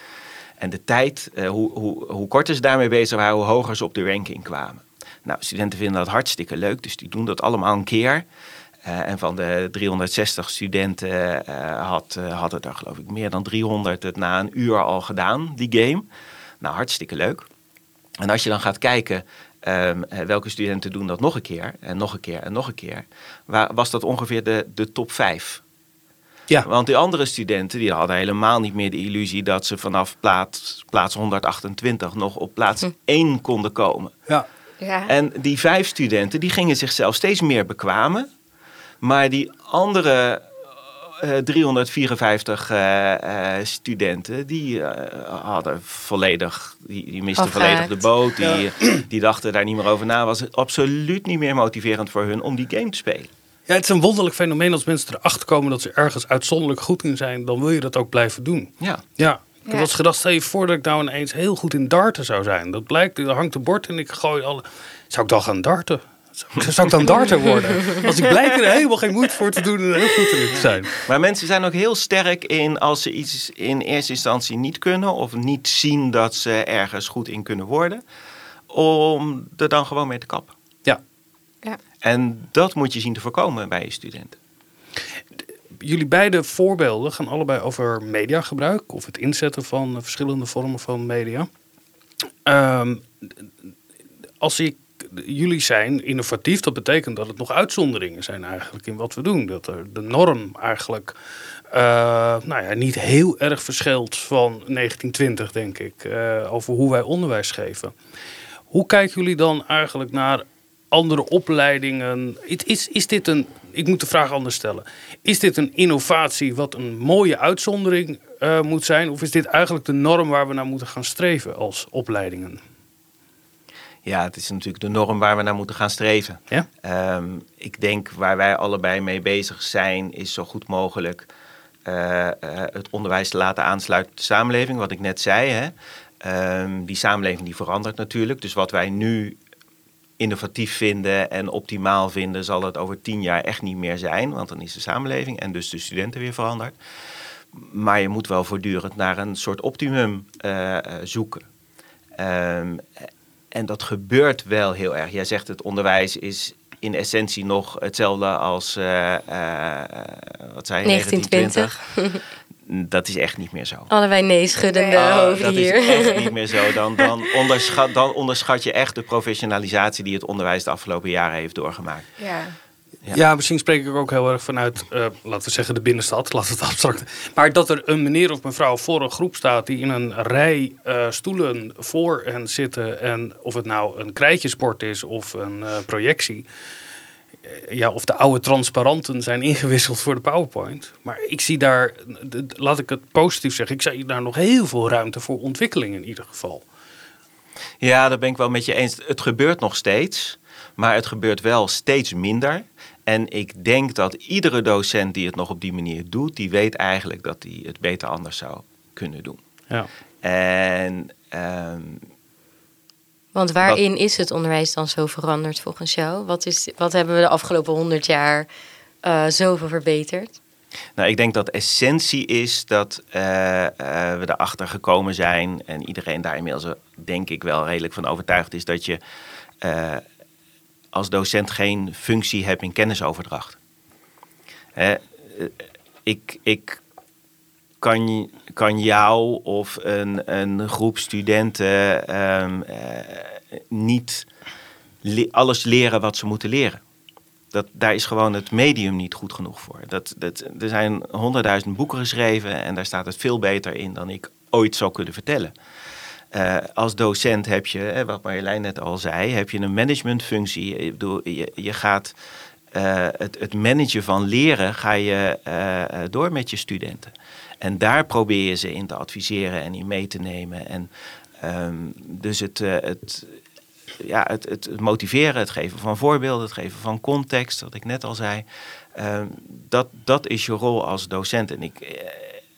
En de tijd, uh, hoe, hoe, hoe korter ze daarmee bezig waren, hoe hoger ze op de ranking kwamen. Nou, studenten vinden dat hartstikke leuk, dus die doen dat allemaal een keer. Uh, en van de driehonderdzestig studenten uh, had, uh, hadden er geloof ik meer dan driehonderd het na een uur al gedaan, die game. Nou, hartstikke leuk. En als je dan gaat kijken, Um, welke studenten doen dat nog een keer en nog een keer en nog een keer, waar, was dat ongeveer de, de top vijf. Ja. Want die andere studenten die hadden helemaal niet meer de illusie dat ze vanaf plaats, plaats honderdachtentwintig nog op plaats hm. één konden komen. Ja. Ja. En die vijf studenten die gingen zichzelf steeds meer bekwamen, maar die andere Uh, driehonderdvierenvijftig uh, uh, studenten, die uh, hadden volledig, die, die misten Afhaakt. volledig de boot. Die, ja. die dachten daar niet meer over na. Was het absoluut niet meer motiverend voor hun om die game te spelen. Ja, het is een wonderlijk fenomeen als mensen erachter komen dat ze ergens uitzonderlijk goed in zijn. Dan wil je dat ook blijven doen. Ja. Ja. Ik heb wel eens gedacht, stel je voor dat ik nou ineens heel goed in darten zou zijn. Dat blijkt, er hangt een bord en ik gooi alle... Zou ik dan gaan darten? Zou ik dan darter worden? Als ik blijk er helemaal geen moeite voor te doen en heel goed erin te zijn. Maar mensen zijn ook heel sterk in als ze iets in eerste instantie niet kunnen of niet zien dat ze ergens goed in kunnen worden, om er dan gewoon mee te kappen. Ja. ja. En dat moet je zien te voorkomen bij je studenten. Jullie beide voorbeelden gaan allebei over mediagebruik of het inzetten van verschillende vormen van media. Um, als ik Jullie zijn innovatief, dat betekent dat het nog uitzonderingen zijn eigenlijk in wat we doen. Dat er de norm eigenlijk uh, nou ja, niet heel erg verschilt van negentien twintig, denk ik, uh, over hoe wij onderwijs geven. Hoe kijken jullie dan eigenlijk naar andere opleidingen? Is, is dit een, ik moet de vraag anders stellen. Is dit een innovatie wat een mooie uitzondering uh, moet zijn? Of is dit eigenlijk de norm waar we naar moeten gaan streven als opleidingen? Ja, het is natuurlijk de norm waar we naar moeten gaan streven. Ja? Um, ik denk waar wij allebei mee bezig zijn, is zo goed mogelijk uh, uh, het onderwijs te laten aansluiten op de samenleving. Wat ik net zei, hè. Um, die samenleving die verandert natuurlijk. Dus wat wij nu innovatief vinden en optimaal vinden, zal het over tien jaar echt niet meer zijn. Want dan is de samenleving en dus de studenten weer veranderd. Maar je moet wel voortdurend naar een soort optimum uh, zoeken. Um, en dat gebeurt wel heel erg. Jij zegt het onderwijs is in essentie nog hetzelfde als uh, uh, wat zei je, negentien twintig. Dat is echt niet meer zo. Allebei nee schuddende oh, hoofden dat hier. Dat is echt niet meer zo. Dan, dan, onderschat, dan onderschat je echt de professionalisatie die het onderwijs de afgelopen jaren heeft doorgemaakt. Ja. Ja. ja, misschien spreek ik ook heel erg vanuit, uh, laten we zeggen, de binnenstad. Laten we het abstract. Maar dat er een meneer of mevrouw voor een groep staat die in een rij uh, stoelen voor hen zitten. En of het nou een krijtjesport is of een uh, projectie. Ja, of de oude transparanten zijn ingewisseld voor de PowerPoint. Maar ik zie daar, laat ik het positief zeggen, ik zie daar nog heel veel ruimte voor ontwikkeling in ieder geval. Ja, dat ben ik wel met je eens. Het gebeurt nog steeds, maar het gebeurt wel steeds minder. En ik denk dat iedere docent die het nog op die manier doet, die weet eigenlijk dat hij het beter anders zou kunnen doen. Ja. En um, Want waarin wat, is het onderwijs dan zo veranderd volgens jou? Wat, is, wat hebben we de afgelopen honderd jaar uh, zoveel verbeterd? Nou, ik denk dat essentie is dat uh, uh, we erachter gekomen zijn en iedereen daar inmiddels denk ik wel redelijk van overtuigd is dat je uh, als docent geen functie hebt in kennisoverdracht. Hè, ik, ik kan, kan jou of een, een groep studenten um, uh, niet le- alles leren wat ze moeten leren. Dat, daar is gewoon het medium niet goed genoeg voor. Dat, dat, er zijn honderdduizend boeken geschreven en daar staat het veel beter in dan ik ooit zou kunnen vertellen. Uh, als docent heb je, wat Marjolein net al zei, heb je een managementfunctie. Ik bedoel, je, je gaat uh, het, het managen van leren ga je uh, door met je studenten. En daar probeer je ze in te adviseren en in mee te nemen. En um, dus het, uh, het, ja, het, het motiveren, het geven van voorbeelden, het geven van context, wat ik net al zei. Um, dat, dat is je rol als docent. En ik, uh,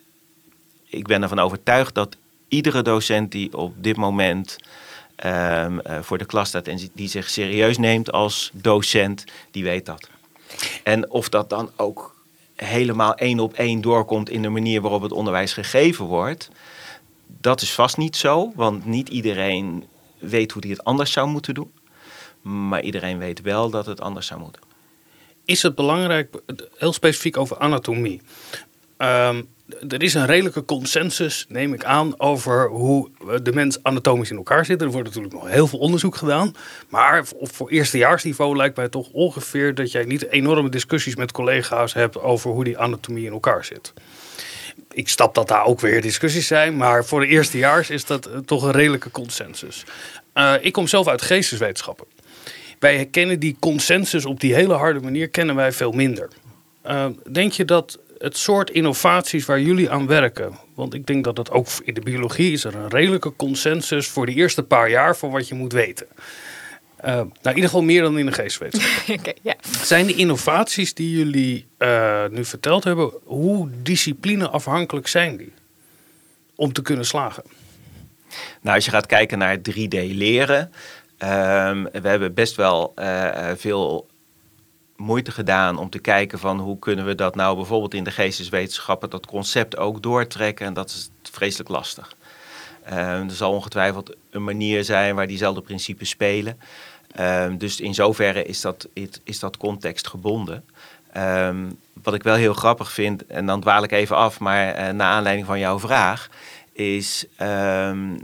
ik ben ervan overtuigd dat iedere docent die op dit moment um, uh, voor de klas staat en die zich serieus neemt als docent, die weet dat. En of dat dan ook helemaal één op één doorkomt in de manier waarop het onderwijs gegeven wordt, dat is vast niet zo, want niet iedereen weet hoe hij het anders zou moeten doen. Maar iedereen weet wel dat het anders zou moeten. Is het belangrijk, heel specifiek over anatomie. Um, er is een redelijke consensus, neem ik aan, over hoe de mens anatomisch in elkaar zit. Er wordt natuurlijk nog heel veel onderzoek gedaan. Maar voor eerstejaarsniveau lijkt mij toch ongeveer dat jij niet enorme discussies met collega's hebt over hoe die anatomie in elkaar zit. Ik snap dat daar ook weer discussies zijn, maar voor de eerstejaars is dat toch een redelijke consensus. Uh, ik kom zelf uit geesteswetenschappen. Wij kennen die consensus op die hele harde manier kennen wij veel minder. Uh, denk je dat het soort innovaties waar jullie aan werken, want ik denk dat dat ook in de biologie is er een redelijke consensus voor de eerste paar jaar voor wat je moet weten. Uh, nou, in ieder geval meer dan in de geesteswetenschap. Okay, yeah. Zijn de innovaties die jullie uh, nu verteld hebben, hoe disciplineafhankelijk zijn die om te kunnen slagen? Nou, als je gaat kijken naar drie D leren, um, we hebben best wel uh, veel moeite gedaan om te kijken van hoe kunnen we dat nou bijvoorbeeld in de geesteswetenschappen dat concept ook doortrekken en dat is vreselijk lastig. Uh, er zal ongetwijfeld een manier zijn waar diezelfde principes spelen. Uh, dus in zoverre is dat, is dat contextgebonden. Um, wat ik wel heel grappig vind, en dan dwaal ik even af, maar uh, naar aanleiding van jouw vraag, is um,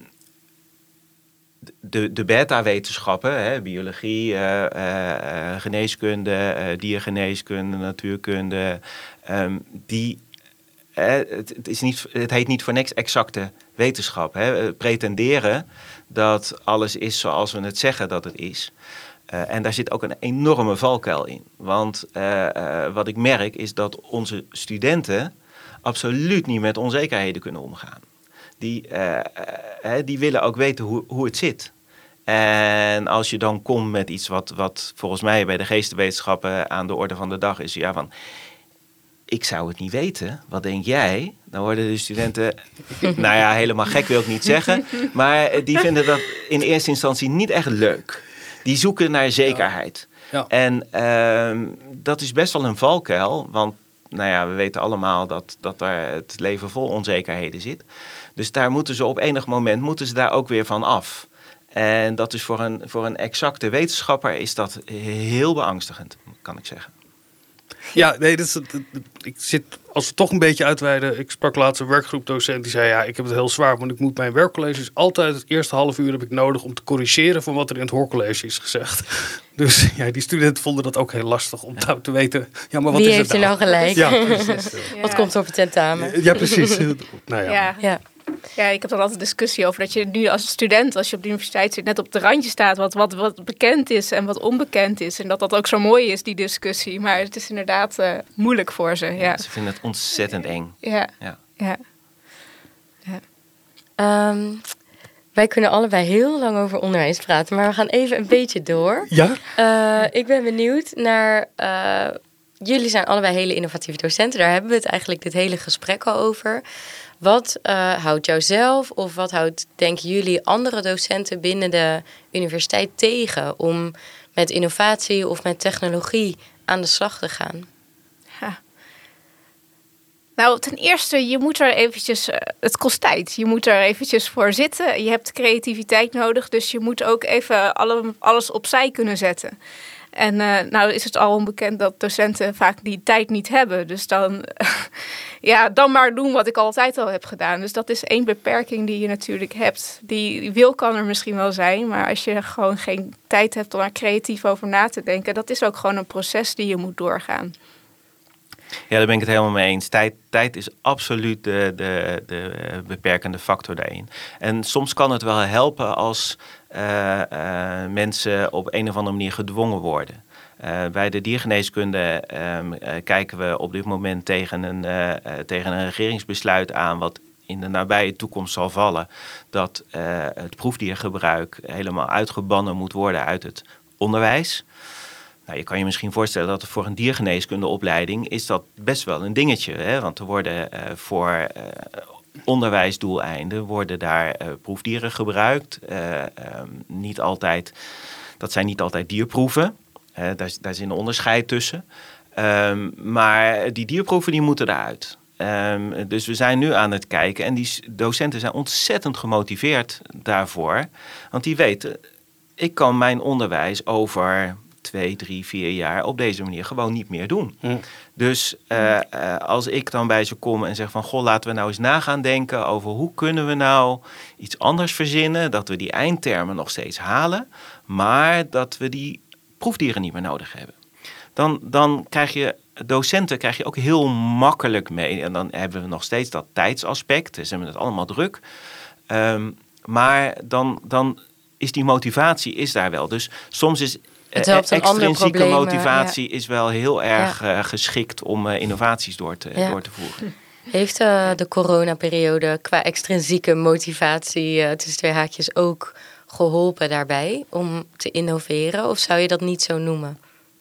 de, de beta-wetenschappen, hè, biologie, uh, uh, geneeskunde, uh, diergeneeskunde, natuurkunde, um, die, uh, het, het, is niet, het heet niet voor niks exacte wetenschap. Hè. Pretenderen dat alles is zoals we het zeggen dat het is. Uh, en daar zit ook een enorme valkuil in. Want uh, uh, wat ik merk is dat onze studenten absoluut niet met onzekerheden kunnen omgaan. Die, uh, uh, uh, die willen ook weten hoe, hoe het zit. En als je dan komt met iets wat, wat volgens mij bij de geesteswetenschappen aan de orde van de dag is, ja, van ik zou het niet weten. Wat denk jij? Dan worden de studenten, nou ja, helemaal gek wil ik niet zeggen. Maar die vinden dat in eerste instantie niet echt leuk. Die zoeken naar zekerheid. Ja. En uh, dat is best wel een valkuil. Want nou ja, we weten allemaal dat, dat daar het leven vol onzekerheden zit. Dus daar moeten ze op enig moment moeten ze daar ook weer van af. En dat is voor een, voor een exacte wetenschapper is dat heel beangstigend, kan ik zeggen. Ja, nee, dat is, dat, dat, ik zit, als we toch een beetje uitweiden. Ik sprak laatst een werkgroepdocent die zei, ja, ik heb het heel zwaar, want ik moet mijn werkcolleges altijd het eerste half uur heb ik nodig om te corrigeren van wat er in het hoorcollege is gezegd. Dus ja, die studenten vonden dat ook heel lastig om nou te weten. Ja, maar wat Wie is heeft het er nou gelijk? Ja, precies. Ja. Wat komt er op het tentamen? Ja, precies. Nou ja. Ja. Ja. Ja, ik heb dan altijd discussie over dat je nu als student, als je op de universiteit zit, net op het randje staat wat, wat, wat bekend is en wat onbekend is. En dat dat ook zo mooi is, die discussie. Maar het is inderdaad uh, moeilijk voor ze. Ja. Ja, ze vinden het ontzettend eng. Ja, ja. ja. ja. Um, wij kunnen allebei heel lang over onderwijs praten, maar we gaan even een beetje door. Ja? Uh, ik ben benieuwd naar... Uh, jullie zijn allebei hele innovatieve docenten. Daar hebben we het eigenlijk dit hele gesprek al over. Wat uh, houdt jou zelf of wat houdt, denken jullie, andere docenten binnen de universiteit tegen om met innovatie of met technologie aan de slag te gaan? Ja. Nou, ten eerste, je moet er eventjes, uh, het kost tijd. Je moet er eventjes voor zitten. Je hebt creativiteit nodig, dus je moet ook even alle, alles opzij kunnen zetten. En uh, nou is het al onbekend dat docenten vaak die tijd niet hebben. Dus dan, ja, dan maar doen wat ik altijd al heb gedaan. Dus dat is één beperking die je natuurlijk hebt. Die, die wil kan er misschien wel zijn. Maar als je gewoon geen tijd hebt om er creatief over na te denken. Dat is ook gewoon een proces die je moet doorgaan. Ja, daar ben ik het helemaal mee eens. Tijd, tijd is absoluut de, de, de beperkende factor daarin. En soms kan het wel helpen als uh, uh, mensen op een of andere manier gedwongen worden. Uh, bij de diergeneeskunde um, uh, kijken we op dit moment tegen een, uh, uh, tegen een regeringsbesluit aan wat in de nabije toekomst zal vallen. Dat uh, het proefdiergebruik helemaal uitgebannen moet worden uit het onderwijs. Nou, je kan je misschien voorstellen dat voor een diergeneeskundeopleiding is dat best wel een dingetje. Hè? Want er worden uh, voor uh, onderwijsdoeleinden worden daar uh, proefdieren gebruikt. Uh, um, niet altijd, dat zijn niet altijd dierproeven. Uh, daar, daar is een onderscheid tussen. Um, maar die dierproeven die moeten eruit. Um, dus we zijn nu aan het kijken en die docenten zijn ontzettend gemotiveerd daarvoor. Want die weten, ik kan mijn onderwijs over twee, drie, vier jaar op deze manier gewoon niet meer doen. Mm. Dus uh, uh, als ik dan bij ze kom en zeg van, goh, laten we nou eens na gaan denken over hoe kunnen we nou iets anders verzinnen, dat we die eindtermen nog steeds halen, maar dat we die proefdieren niet meer nodig hebben. Dan, dan krijg je docenten krijg je ook heel makkelijk mee. En dan hebben we nog steeds dat tijdsaspect. Ze hebben het allemaal druk. Um, maar dan, dan is die motivatie is daar wel. Dus soms is het helpt een extrinsieke probleem, motivatie ja. is wel heel erg ja. uh, geschikt om uh, innovaties door te, ja. door te voeren. Heeft uh, de coronaperiode qua extrinsieke motivatie uh, tussen twee haakjes ook geholpen daarbij om te innoveren? Of zou je dat niet zo noemen?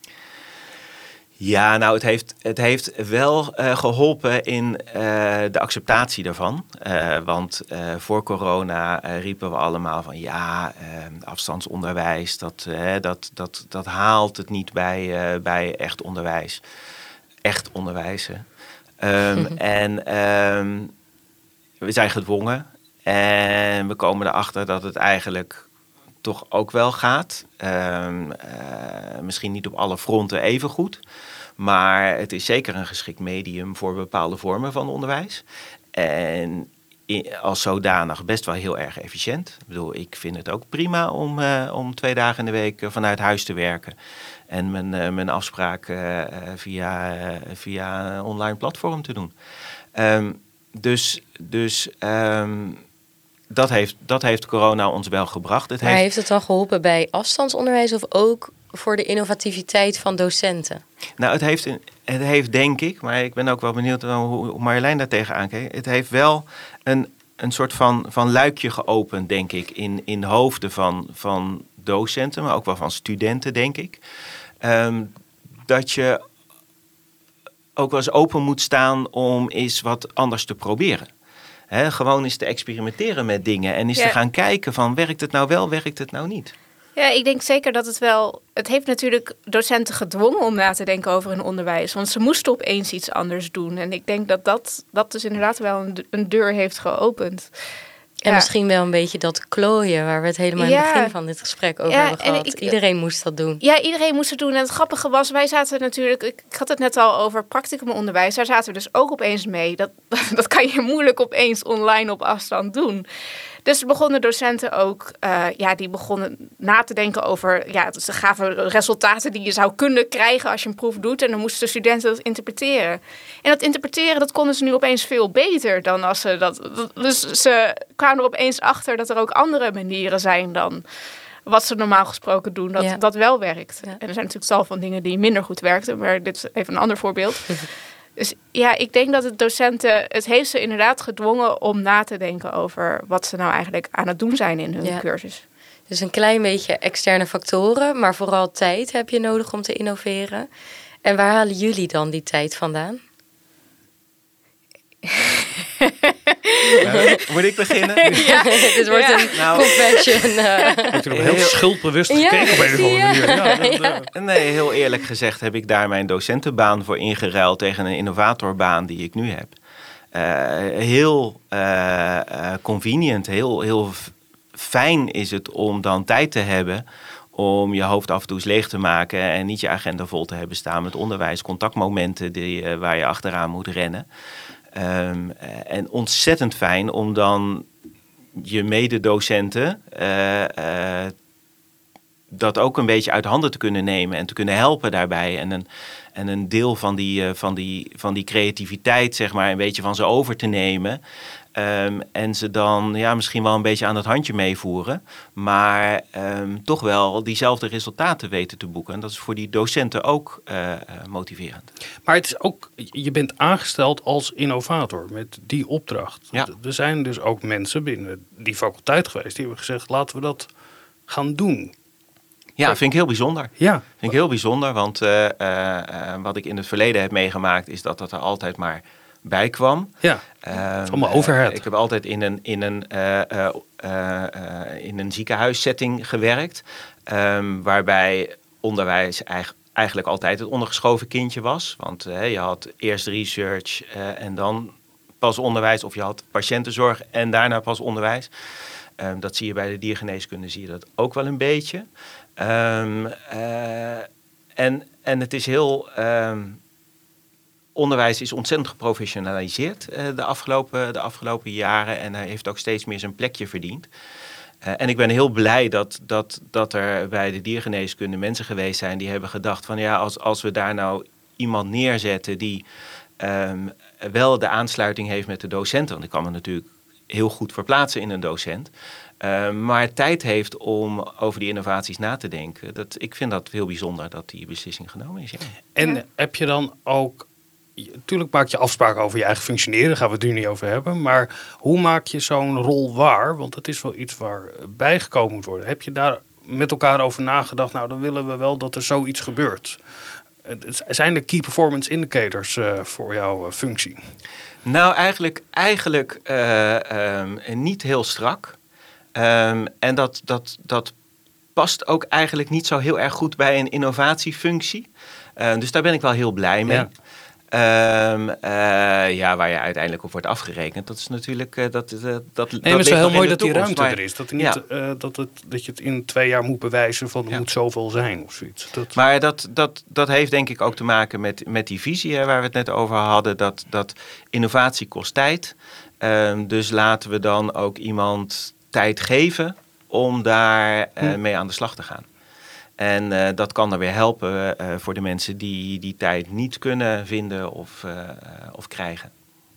Ja, nou, het heeft, het heeft wel uh, geholpen in uh, de acceptatie daarvan. Uh, want uh, voor corona uh, riepen we allemaal van ja, uh, afstandsonderwijs, dat, uh, dat, dat, dat haalt het niet bij, uh, bij echt onderwijs. Echt onderwijzen. Um, en um, we zijn gedwongen en we komen erachter dat het eigenlijk toch ook wel gaat. Um, uh, misschien niet op alle fronten even goed. Maar het is zeker een geschikt medium voor bepaalde vormen van onderwijs. En in, als zodanig best wel heel erg efficiënt. Ik bedoel, ik vind het ook prima om, uh, om twee dagen in de week vanuit huis te werken. En mijn, uh, mijn afspraak uh, via, uh, via een online platform te doen. Um, dus... dus um, Dat heeft, dat heeft corona ons wel gebracht. Het maar heeft... heeft het dan geholpen bij afstandsonderwijs of ook voor de innovativiteit van docenten? Nou, het heeft, het heeft denk ik, maar ik ben ook wel benieuwd hoe Marjolein daar tegenaan kijkt. Het heeft wel een, een soort van, van luikje geopend, denk ik, in, in de hoofden van, van docenten, maar ook wel van studenten, denk ik. Um, dat je ook wel eens open moet staan om eens wat anders te proberen. He, gewoon eens te experimenteren met dingen en eens ja. te gaan kijken van werkt het nou wel, werkt het nou niet? Ja, ik denk zeker dat het wel... Het heeft natuurlijk docenten gedwongen om na te denken over hun onderwijs. Want ze moesten opeens iets anders doen. En ik denk dat dat, dat dus inderdaad wel een, een deur heeft geopend. En ja. misschien wel een beetje dat klooien waar we het helemaal ja. in het begin van dit gesprek over ja, hebben gehad. Ik, iedereen moest dat doen. Ja, iedereen moest het doen. En het grappige was, wij zaten natuurlijk... Ik had het net al over practicumonderwijs. Daar zaten we dus ook opeens mee. Dat, dat kan je moeilijk opeens online op afstand doen. Dus begonnen docenten ook, uh, ja, die begonnen na te denken over, ja, ze gaven resultaten die je zou kunnen krijgen als je een proef doet. En dan moesten de studenten dat interpreteren. En dat interpreteren, dat konden ze nu opeens veel beter dan als ze dat. Dus ze kwamen er opeens achter dat er ook andere manieren zijn dan wat ze normaal gesproken doen, dat ja. dat wel werkt. Ja. En er zijn natuurlijk tal van dingen die minder goed werkten, maar dit is even een ander voorbeeld. Dus ja, ik denk dat het docenten, het heeft ze inderdaad gedwongen om na te denken over wat ze nou eigenlijk aan het doen zijn in hun ja. cursus. Dus een klein beetje externe factoren, maar vooral tijd heb je nodig om te innoveren. En waar halen jullie dan die tijd vandaan? Uh, moet ik beginnen? Ja, dit wordt ja. een nou, confession. Uh. Heb je nog heel schuldbewust gekeken ja, op een of andere manier? Ja, dat, ja. Nee, heel eerlijk gezegd heb ik daar mijn docentenbaan voor ingeruild tegen een innovatorbaan die ik nu heb. Uh, heel uh, uh, convenient, heel, heel fijn is het om dan tijd te hebben om je hoofd af en toe eens leeg te maken en niet je agenda vol te hebben staan met onderwijs, contactmomenten die, uh, waar je achteraan moet rennen. Um, en ontzettend fijn om dan je mededocenten uh, uh, dat ook een beetje uit handen te kunnen nemen en te kunnen helpen daarbij. En een, en een deel van die, uh, van, die, van die creativiteit, zeg maar, een beetje van ze over te nemen. Um, en ze dan ja, misschien wel een beetje aan het handje meevoeren. Maar um, toch wel diezelfde resultaten weten te boeken. En dat is voor die docenten ook uh, motiverend. Maar het is ook, je bent aangesteld als innovator met die opdracht. Ja. Er zijn dus ook mensen binnen die faculteit geweest die hebben gezegd, laten we dat gaan doen. Ja, vind ik heel bijzonder. Ja. Vind ik heel bijzonder, want uh, uh, uh, wat ik in het verleden heb meegemaakt is dat dat er altijd maar bij kwam. Ja, het is allemaal overhead. Uh, ik heb altijd in een, in een, uh, uh, uh, uh, in een ziekenhuissetting gewerkt, um, waarbij onderwijs eigenlijk, eigenlijk altijd het ondergeschoven kindje was. Want uh, je had eerst research uh, en dan pas onderwijs, of je had patiëntenzorg en daarna pas onderwijs. Um, dat zie je bij de diergeneeskunde, zie je dat ook wel een beetje. Um, uh, en, en het is heel... Um, onderwijs is ontzettend geprofessionaliseerd uh, de, afgelopen, de afgelopen jaren. En hij heeft ook steeds meer zijn plekje verdiend. Uh, en ik ben heel blij dat, dat, dat er bij de diergeneeskunde mensen geweest zijn die hebben gedacht van ja, als, als we daar nou iemand neerzetten die um, wel de aansluiting heeft met de docenten. Want ik kan me natuurlijk heel goed verplaatsen in een docent. Uh, maar tijd heeft om over die innovaties na te denken. Dat, ik vind dat heel bijzonder dat die beslissing genomen is. Ja. En ja. heb je dan ook... Natuurlijk maak je afspraken over je eigen functioneren. Daar gaan we het nu niet over hebben. Maar hoe maak je zo'n rol waar? Want het is wel iets waar bijgekomen moet worden. Heb je daar met elkaar over nagedacht? Nou, dan willen we wel dat er zoiets gebeurt. Zijn er key performance indicators uh, voor jouw uh, functie? Nou, eigenlijk, eigenlijk uh, um, niet heel strak. Um, en dat, dat, dat past ook eigenlijk niet zo heel erg goed bij een innovatiefunctie. Uh, dus daar ben ik wel heel blij mee. Ja. Um, uh, ja, waar je uiteindelijk op wordt afgerekend. Dat is natuurlijk... Uh, dat, uh, dat, nee, dat het is wel heel mooi dat die toekomst, ruimte maar, er is. Dat, niet, ja. uh, dat, het, dat je het in twee jaar moet bewijzen van er ja. moet zoveel zijn of zoiets. Dat... Maar dat, dat, dat heeft denk ik ook te maken met, met die visie hè, waar we het net over hadden. Dat, dat innovatie kost tijd. Um, dus laten we dan ook iemand tijd geven om daar uh, hm. mee aan de slag te gaan. En uh, dat kan dan weer helpen uh, voor de mensen die die tijd niet kunnen vinden of, uh, of krijgen.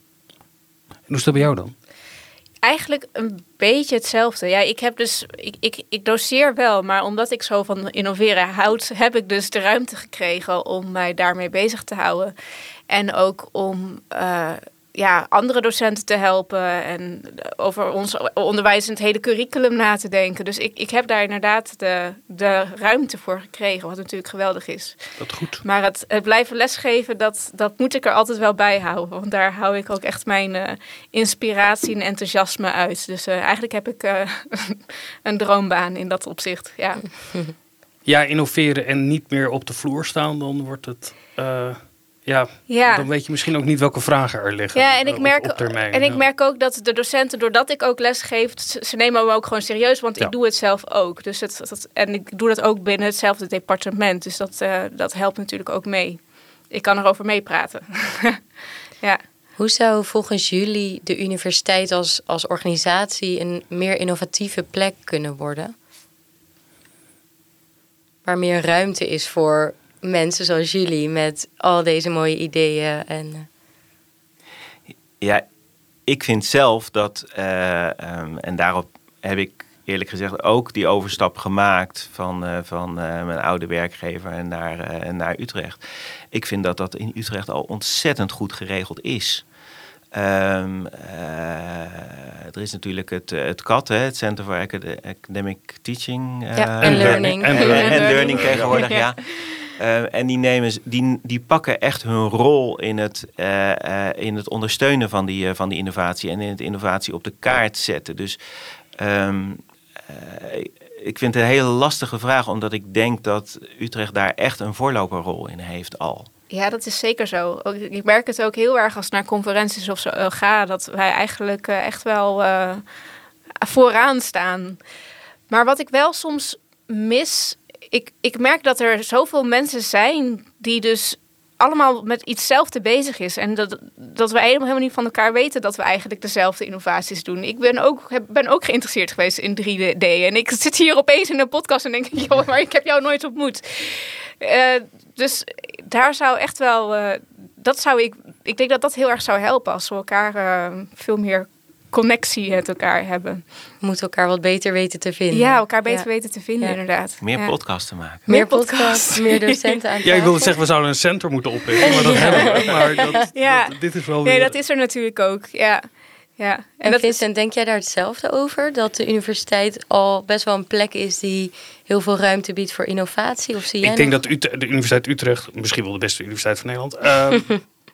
En hoe is dat bij jou dan? Eigenlijk een beetje hetzelfde. Ja, ik heb dus, ik, ik, ik doseer wel, maar omdat ik zo van innoveren houd, heb ik dus de ruimte gekregen om mij daarmee bezig te houden. En ook om uh, ja, andere docenten te helpen en over ons onderwijs en het hele curriculum na te denken. Dus ik, ik heb daar inderdaad de, de ruimte voor gekregen, wat natuurlijk geweldig is. Dat goed. Maar het, het blijven lesgeven, dat, dat moet ik er altijd wel bij houden. Want daar hou ik ook echt mijn uh, inspiratie en enthousiasme uit. Dus uh, eigenlijk heb ik uh, een droombaan in dat opzicht, ja. Ja, innoveren en niet meer op de vloer staan, dan wordt het... Uh... Ja, ja, dan weet je misschien ook niet welke vragen er liggen. Ja, en ik merk, op, op termijn, en ik ja. merk ook dat de docenten, doordat ik ook les geef, ze nemen me ook gewoon serieus, want ja. ik doe het zelf ook. Dus het, dat, en ik doe dat ook binnen hetzelfde departement. Dus dat, uh, dat helpt natuurlijk ook mee. Ik kan erover meepraten. Ja. Hoe zou volgens jullie de universiteit als, als organisatie een meer innovatieve plek kunnen worden? Waar meer ruimte is voor mensen zoals jullie met al deze mooie ideeën. En... Ja, ik vind zelf dat, uh, um, en daarop heb ik eerlijk gezegd ook die overstap gemaakt van, uh, van uh, mijn oude werkgever en naar, uh, naar Utrecht. Ik vind dat dat in Utrecht al ontzettend goed geregeld is. Um, uh, er is natuurlijk het, het C A T, hè, het Center for Academic Teaching. Uh, ja, en Learning. En, en, en, en Learning tegenwoordig, ja. ja. Uh, en die, nemen, die, die pakken echt hun rol in het, uh, uh, in het ondersteunen van die, uh, van die innovatie en in het innovatie op de kaart zetten. Dus um, uh, ik vind het een hele lastige vraag, omdat ik denk dat Utrecht daar echt een voorloperrol in heeft al. Ja, dat is zeker zo. Ik merk het ook heel erg als ik naar conferenties of zo uh, ga, dat wij eigenlijk uh, echt wel uh, vooraan staan. Maar wat ik wel soms mis, ik, ik merk dat er zoveel mensen zijn die dus allemaal met iets zelfde bezig is. En dat, dat we helemaal niet van elkaar weten dat we eigenlijk dezelfde innovaties doen. Ik ben ook, heb, ben ook geïnteresseerd geweest in drie D. En ik zit hier opeens in een podcast en denk, joh, maar ik heb jou nooit ontmoet. Uh, dus daar zou echt wel, uh, dat zou ik, ik denk dat dat heel erg zou helpen als we elkaar uh, veel meer connectie met elkaar hebben. We moeten elkaar wat beter weten te vinden. Ja, elkaar beter ja. weten te vinden, ja. inderdaad. Meer ja. podcasts te maken. Meer podcasts, meer docenten aan tafel. Ja, ik wilde zeggen, we zouden een center moeten oprichten, maar dat ja. hebben we. Maar dat, ja. dat, dit is wel weer... Nee, dat is er natuurlijk ook, ja. Ja. En, en dat Vincent, is... denk jij daar hetzelfde over? Dat de universiteit al best wel een plek is die heel veel ruimte biedt voor innovatie? Of zie jij ik denk nog? dat Ute- de Universiteit Utrecht, misschien wel de beste universiteit van Nederland, uh,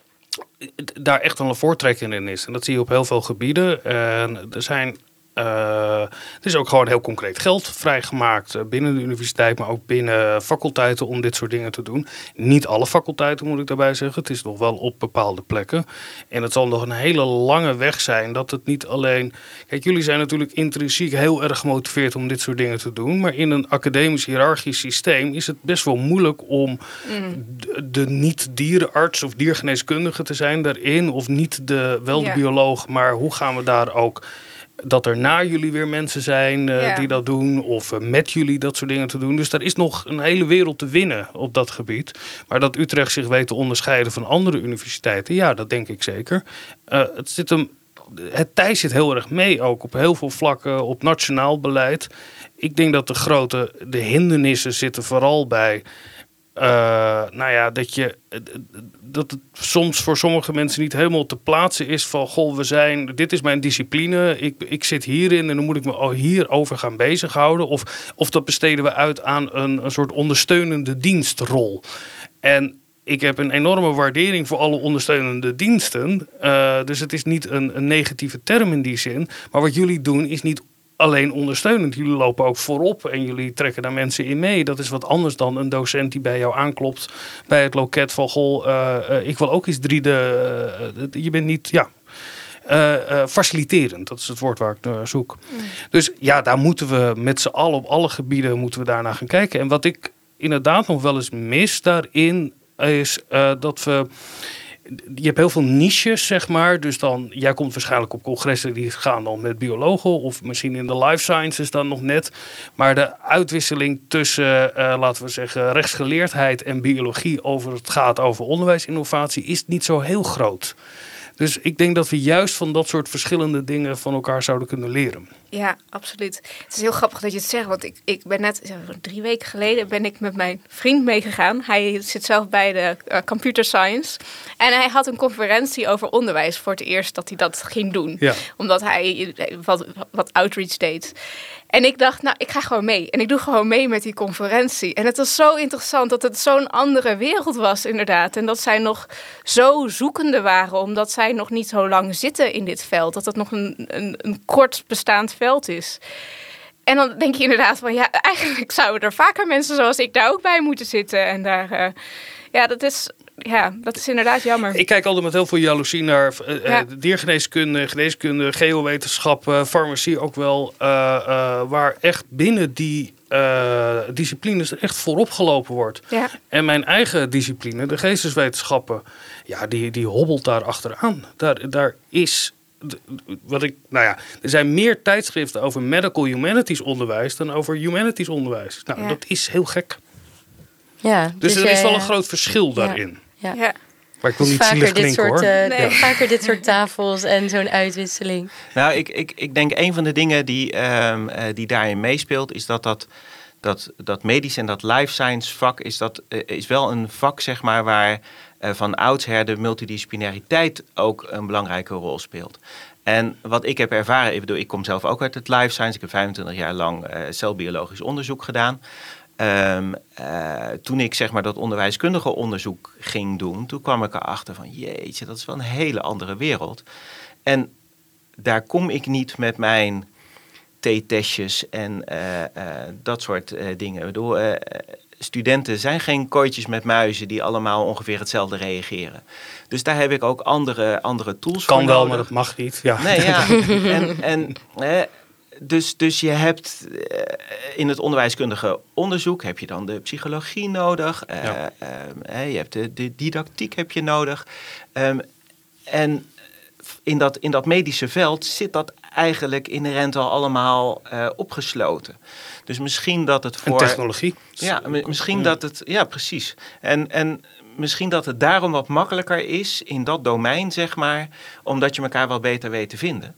daar echt wel een voortrekking in is. En dat zie je op heel veel gebieden. En er zijn... Uh, er is ook gewoon heel concreet geld vrijgemaakt uh, binnen de universiteit, maar ook binnen faculteiten om dit soort dingen te doen. Niet alle faculteiten, moet ik daarbij zeggen. Het is nog wel op bepaalde plekken. En het zal nog een hele lange weg zijn dat het niet alleen... Kijk, jullie zijn natuurlijk intrinsiek heel erg gemotiveerd om dit soort dingen te doen, maar in een academisch hiërarchisch systeem is het best wel moeilijk om mm. de, de niet-dierenarts of diergeneeskundige te zijn daarin, of niet de, wel de ja. bioloog, maar hoe gaan we daar ook... dat er na jullie weer mensen zijn uh, ja. die dat doen, of uh, met jullie dat soort dingen te doen. Dus daar is nog een hele wereld te winnen op dat gebied. Maar dat Utrecht zich weet te onderscheiden van andere universiteiten, ja, dat denk ik zeker. Uh, het, zit hem, het tij zit heel erg mee ook op heel veel vlakken, op nationaal beleid. Ik denk dat de grote de hindernissen zitten vooral bij... Uh, nou ja, dat je dat het soms voor sommige mensen niet helemaal te plaatsen is van, goh, we zijn, dit is mijn discipline, ik, ik zit hierin en dan moet ik me hierover gaan bezighouden. Of, of dat besteden we uit aan een, een soort ondersteunende dienstrol. En ik heb een enorme waardering voor alle ondersteunende diensten. Uh, dus het is niet een, een negatieve term in die zin. Maar wat jullie doen is niet alleen ondersteunend. Jullie lopen ook voorop en jullie trekken daar mensen in mee. Dat is wat anders dan een docent die bij jou aanklopt bij het loket van, goh, uh, uh, ik wil ook eens drie D. Uh, je bent niet, ja... Uh, uh, faciliterend, dat is het woord waar ik naar zoek. Mm. Dus ja, daar moeten we met z'n allen op alle gebieden moeten we daarnaar gaan kijken. En wat ik inderdaad nog wel eens mis daarin is uh, dat we... Je hebt heel veel niches, zeg maar. Dus dan, jij komt waarschijnlijk op congressen die gaan dan met biologen, of misschien in de life sciences dan nog net. Maar de uitwisseling tussen, uh, laten we zeggen, rechtsgeleerdheid en biologie over het gaat over onderwijsinnovatie is niet zo heel groot. Dus ik denk dat we juist van dat soort verschillende dingen van elkaar zouden kunnen leren. Ja, absoluut. Het is heel grappig dat je het zegt, want ik, ik ben net drie weken geleden ben ik met mijn vriend meegegaan. Hij zit zelf bij de uh, computer science en hij had een conferentie over onderwijs voor het eerst dat hij dat ging doen, Ja. omdat hij wat, wat outreach deed. En ik dacht, nou, ik ga gewoon mee. En ik doe gewoon mee met die conferentie. En het was zo interessant dat het zo'n andere wereld was, inderdaad. En dat zij nog zo zoekende waren, omdat zij nog niet zo lang zitten in dit veld. Dat het nog een, een, een kort bestaand veld is. En dan denk je inderdaad van, ja, eigenlijk zouden er vaker mensen zoals ik daar ook bij moeten zitten. En daar, uh, ja, dat is... Ja, dat is inderdaad jammer. Ik kijk altijd met heel veel jaloezie naar uh, Ja. diergeneeskunde, geneeskunde, geowetenschappen, farmacie ook wel. Uh, uh, waar echt binnen die uh, disciplines echt voorop gelopen wordt. Ja. En mijn eigen discipline, de geesteswetenschappen, ja, die, die hobbelt daar achteraan. Daar, daar is... Wat ik, nou ja, er zijn meer tijdschriften over medical humanities onderwijs dan over humanities onderwijs. Nou, Ja. dat is heel gek. Ja, Dus, er jij, is wel een uh, groot verschil ja. daarin. Ja. Ja. Maar ik wil Dus niet zielig vaker dit klinken soort, hoor. uh, Nee. ja, vaker dit soort tafels en zo'n uitwisseling. Nou, ik, ik, ik denk een van de dingen die, um, uh, die daarin meespeelt, is dat dat, dat, dat medisch en dat life science vak is, dat, uh, is wel een vak, zeg maar, waar uh, van oudsher de multidisciplinariteit ook een belangrijke rol speelt. En wat ik heb ervaren, ik bedoel, ik kom zelf ook uit het life science. Ik heb vijfentwintig jaar lang uh, celbiologisch onderzoek gedaan. Um, uh, toen ik zeg maar dat onderwijskundige onderzoek ging doen, toen kwam ik erachter van jeetje, dat is wel een hele andere wereld. En daar kom ik niet met mijn t-testjes en uh, uh, dat soort uh, dingen. Ik bedoel, uh, studenten zijn geen kooitjes met muizen die allemaal ongeveer hetzelfde reageren. Dus daar heb ik ook andere, andere tools Kan voor wel, nodig. maar dat mag niet. Ja. Nee, ja. en, en, eh, dus, dus je hebt uh, in het onderwijskundige onderzoek heb je dan de psychologie nodig. Uh, Ja. uh, je hebt de, de didactiek heb je nodig. Um, en in dat, in dat medische veld zit dat eigenlijk inherent al allemaal uh, opgesloten. Dus misschien dat het voor... En technologie. Ja, m- misschien Ja. dat het... Ja, precies. En, en misschien dat het daarom wat makkelijker is in dat domein, zeg maar, omdat je elkaar wel beter weet te vinden.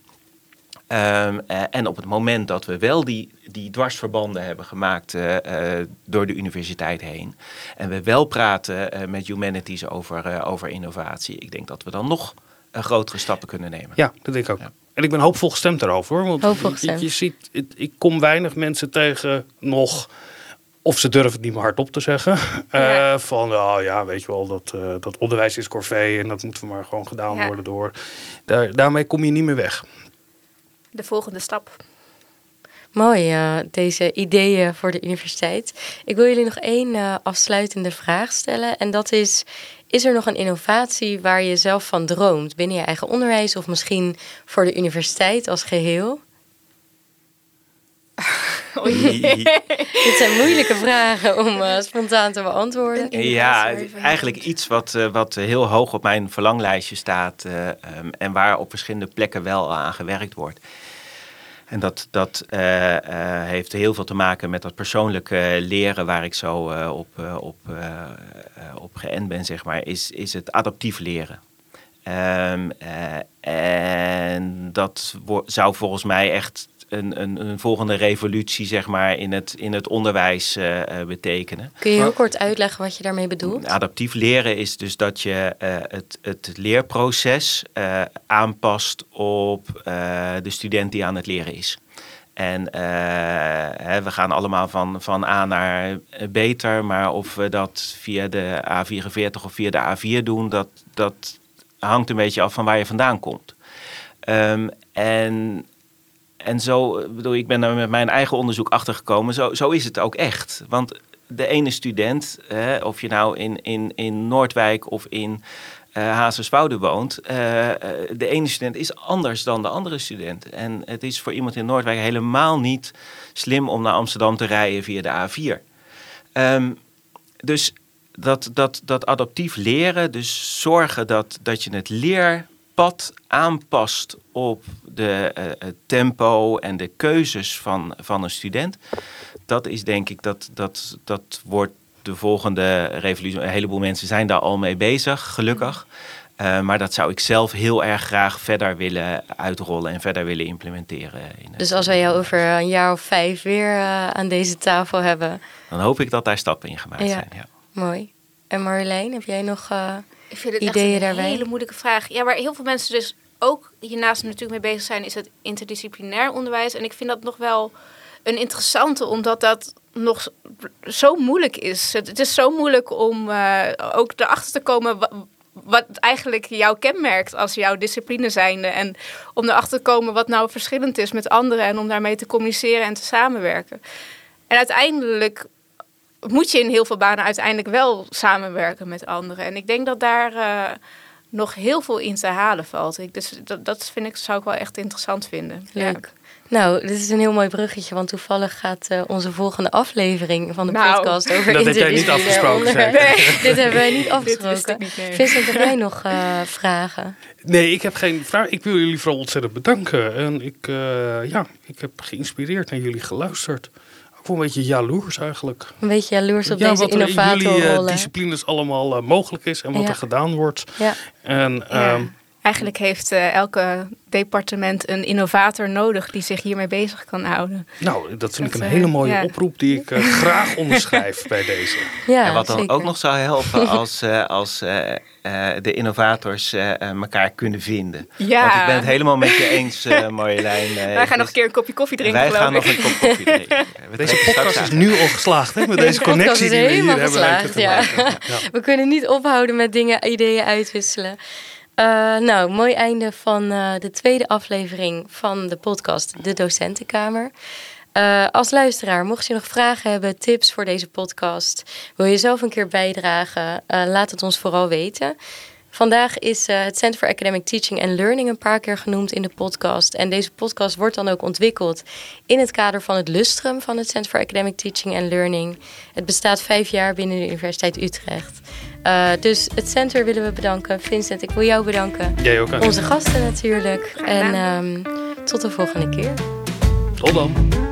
Um, uh, en op het moment dat we wel die, die dwarsverbanden hebben gemaakt uh, uh, door de universiteit heen, en we wel praten uh, met humanities over, uh, over innovatie, ik denk dat we dan nog uh, grotere stappen kunnen nemen. Ja, dat denk ik ook. Ja. En ik ben hoopvol gestemd daarover. Hoor, want Hoopvol je, gestemd. je ziet, het, ik kom weinig mensen tegen nog, of ze durven het niet meer hardop te zeggen. Ja. Uh, van, oh ja, weet je wel, dat, uh, dat onderwijs is corvée en dat moeten we maar gewoon gedaan Ja. worden door. Daar, daarmee kom je niet meer weg. De volgende stap. Mooi, uh, deze ideeën voor de universiteit. Ik wil jullie nog één uh, afsluitende vraag stellen. En dat is, is er nog een innovatie waar je zelf van droomt? Binnen je eigen onderwijs of misschien voor de universiteit als geheel? Oh, jee. Dit zijn moeilijke vragen om uh, spontaan te beantwoorden. Ja, Innovatie waar je van eigenlijk droomt. iets wat, uh, wat heel hoog op mijn verlanglijstje staat uh, um, en waar op verschillende plekken wel aan gewerkt wordt. En dat, dat uh, uh, heeft heel veel te maken met dat persoonlijke leren waar ik zo uh, op, uh, op, uh, uh, op geënt ben, zeg maar, is, is het adaptief leren. Um, uh, en dat wo- zou volgens mij echt een, een, een volgende revolutie, zeg maar, in het, in het onderwijs uh, uh, betekenen. Kun je heel kort uitleggen wat je daarmee bedoelt? Adaptief leren is dus dat je uh, het, het leerproces uh, aanpast op uh, de student die aan het leren is. En uh, hè, we gaan allemaal van, van A naar beter, maar of we dat via de A vierenveertig of via de A vier doen, dat, dat hangt een beetje af van waar je vandaan komt. Um, en... En zo, bedoel, ik ben er met mijn eigen onderzoek achter gekomen. Zo, zo is het ook echt. Want de ene student, hè, of je nou in, in, in Noordwijk of in uh, Hazerswoude woont, uh, de ene student is anders dan de andere student. En het is voor iemand in Noordwijk helemaal niet slim om naar Amsterdam te rijden via de A vier. Um, dus dat, dat, dat adaptief leren, dus zorgen dat, dat je het leer pad aanpast op de uh, het tempo en de keuzes van, van een student. Dat is denk ik, dat, dat, dat wordt de volgende revolutie. Een heleboel mensen zijn daar al mee bezig, gelukkig. Uh, maar dat zou ik zelf heel erg graag verder willen uitrollen en verder willen implementeren. In dus als wij jou over een jaar of vijf weer uh, aan deze tafel hebben... Dan hoop ik dat daar stappen in gemaakt ja. zijn. Ja. Mooi. En Marjolein, heb jij nog uh, ik vind het ideeën echt een daarbij? hele moeilijke vraag. Ja, waar heel veel mensen dus ook hiernaast natuurlijk mee bezig zijn... is het interdisciplinair onderwijs. En ik vind dat nog wel een interessante, omdat dat nog zo moeilijk is. Het, het is zo moeilijk om uh, ook erachter te komen... Wat, wat eigenlijk jou kenmerkt als jouw discipline zijnde. En om erachter te komen wat nou verschillend is met anderen... en om daarmee te communiceren en te samenwerken. En uiteindelijk moet je in heel veel banen uiteindelijk wel samenwerken met anderen. En ik denk dat daar uh, nog heel veel in te halen valt. Ik, dus dat, dat vind ik, zou ik wel echt interessant vinden. Leuk. Ja. Nou, dit is een heel mooi bruggetje, want toevallig gaat uh, onze volgende aflevering van de nou, podcast over dat heb jij niet afgesproken. Nee. Dit hebben wij niet afgesproken. Niet, nee. Vincent, heb jij nog uh, vragen? Nee, ik heb geen vraag. Ik wil jullie vooral ontzettend bedanken. En ik, uh, ja, ik heb geïnspireerd naar jullie geluisterd. Ook wel een beetje jaloers eigenlijk. Een beetje jaloers op ja, deze innovatorrollen. Ja, wat er in jullie uh, disciplines allemaal uh, mogelijk is en wat ja. er gedaan wordt. Ja. En... Ja. Um, Eigenlijk heeft uh, elke departement een innovator nodig die zich hiermee bezig kan houden. Nou, dat vind dat, ik een uh, hele mooie ja. oproep die ik uh, graag onderschrijf bij deze. Ja, en wat dan zeker. ook nog zou helpen als, uh, als uh, uh, de innovators uh, uh, elkaar kunnen vinden. Ja. Want ik ben het helemaal met je eens, uh, Marjolein. Uh, wij gaan dus nog een keer een kopje koffie drinken, Wij gaan ik. nog een kop koffie drinken. Deze podcast is nu al geslaagd, hè? Met deze connectie die we hier geslaagd, hebben. Ja. Ja. We kunnen niet ophouden met dingen, ideeën uitwisselen. Uh, nou, mooi einde van uh, de tweede aflevering van de podcast De Docentenkamer. Uh, als luisteraar, mocht je nog vragen hebben, tips voor deze podcast... wil je zelf een keer bijdragen, uh, laat het ons vooral weten. Vandaag is uh, het Center for Academic Teaching and Learning een paar keer genoemd in de podcast. En deze podcast wordt dan ook ontwikkeld in het kader van het lustrum van het Center for Academic Teaching and Learning. Het bestaat vijf jaar binnen de Universiteit Utrecht. Uh, dus het center willen we bedanken. Vincent, ik wil jou bedanken. Jij ook. Onze gasten natuurlijk. En um, tot de volgende keer. Tot dan.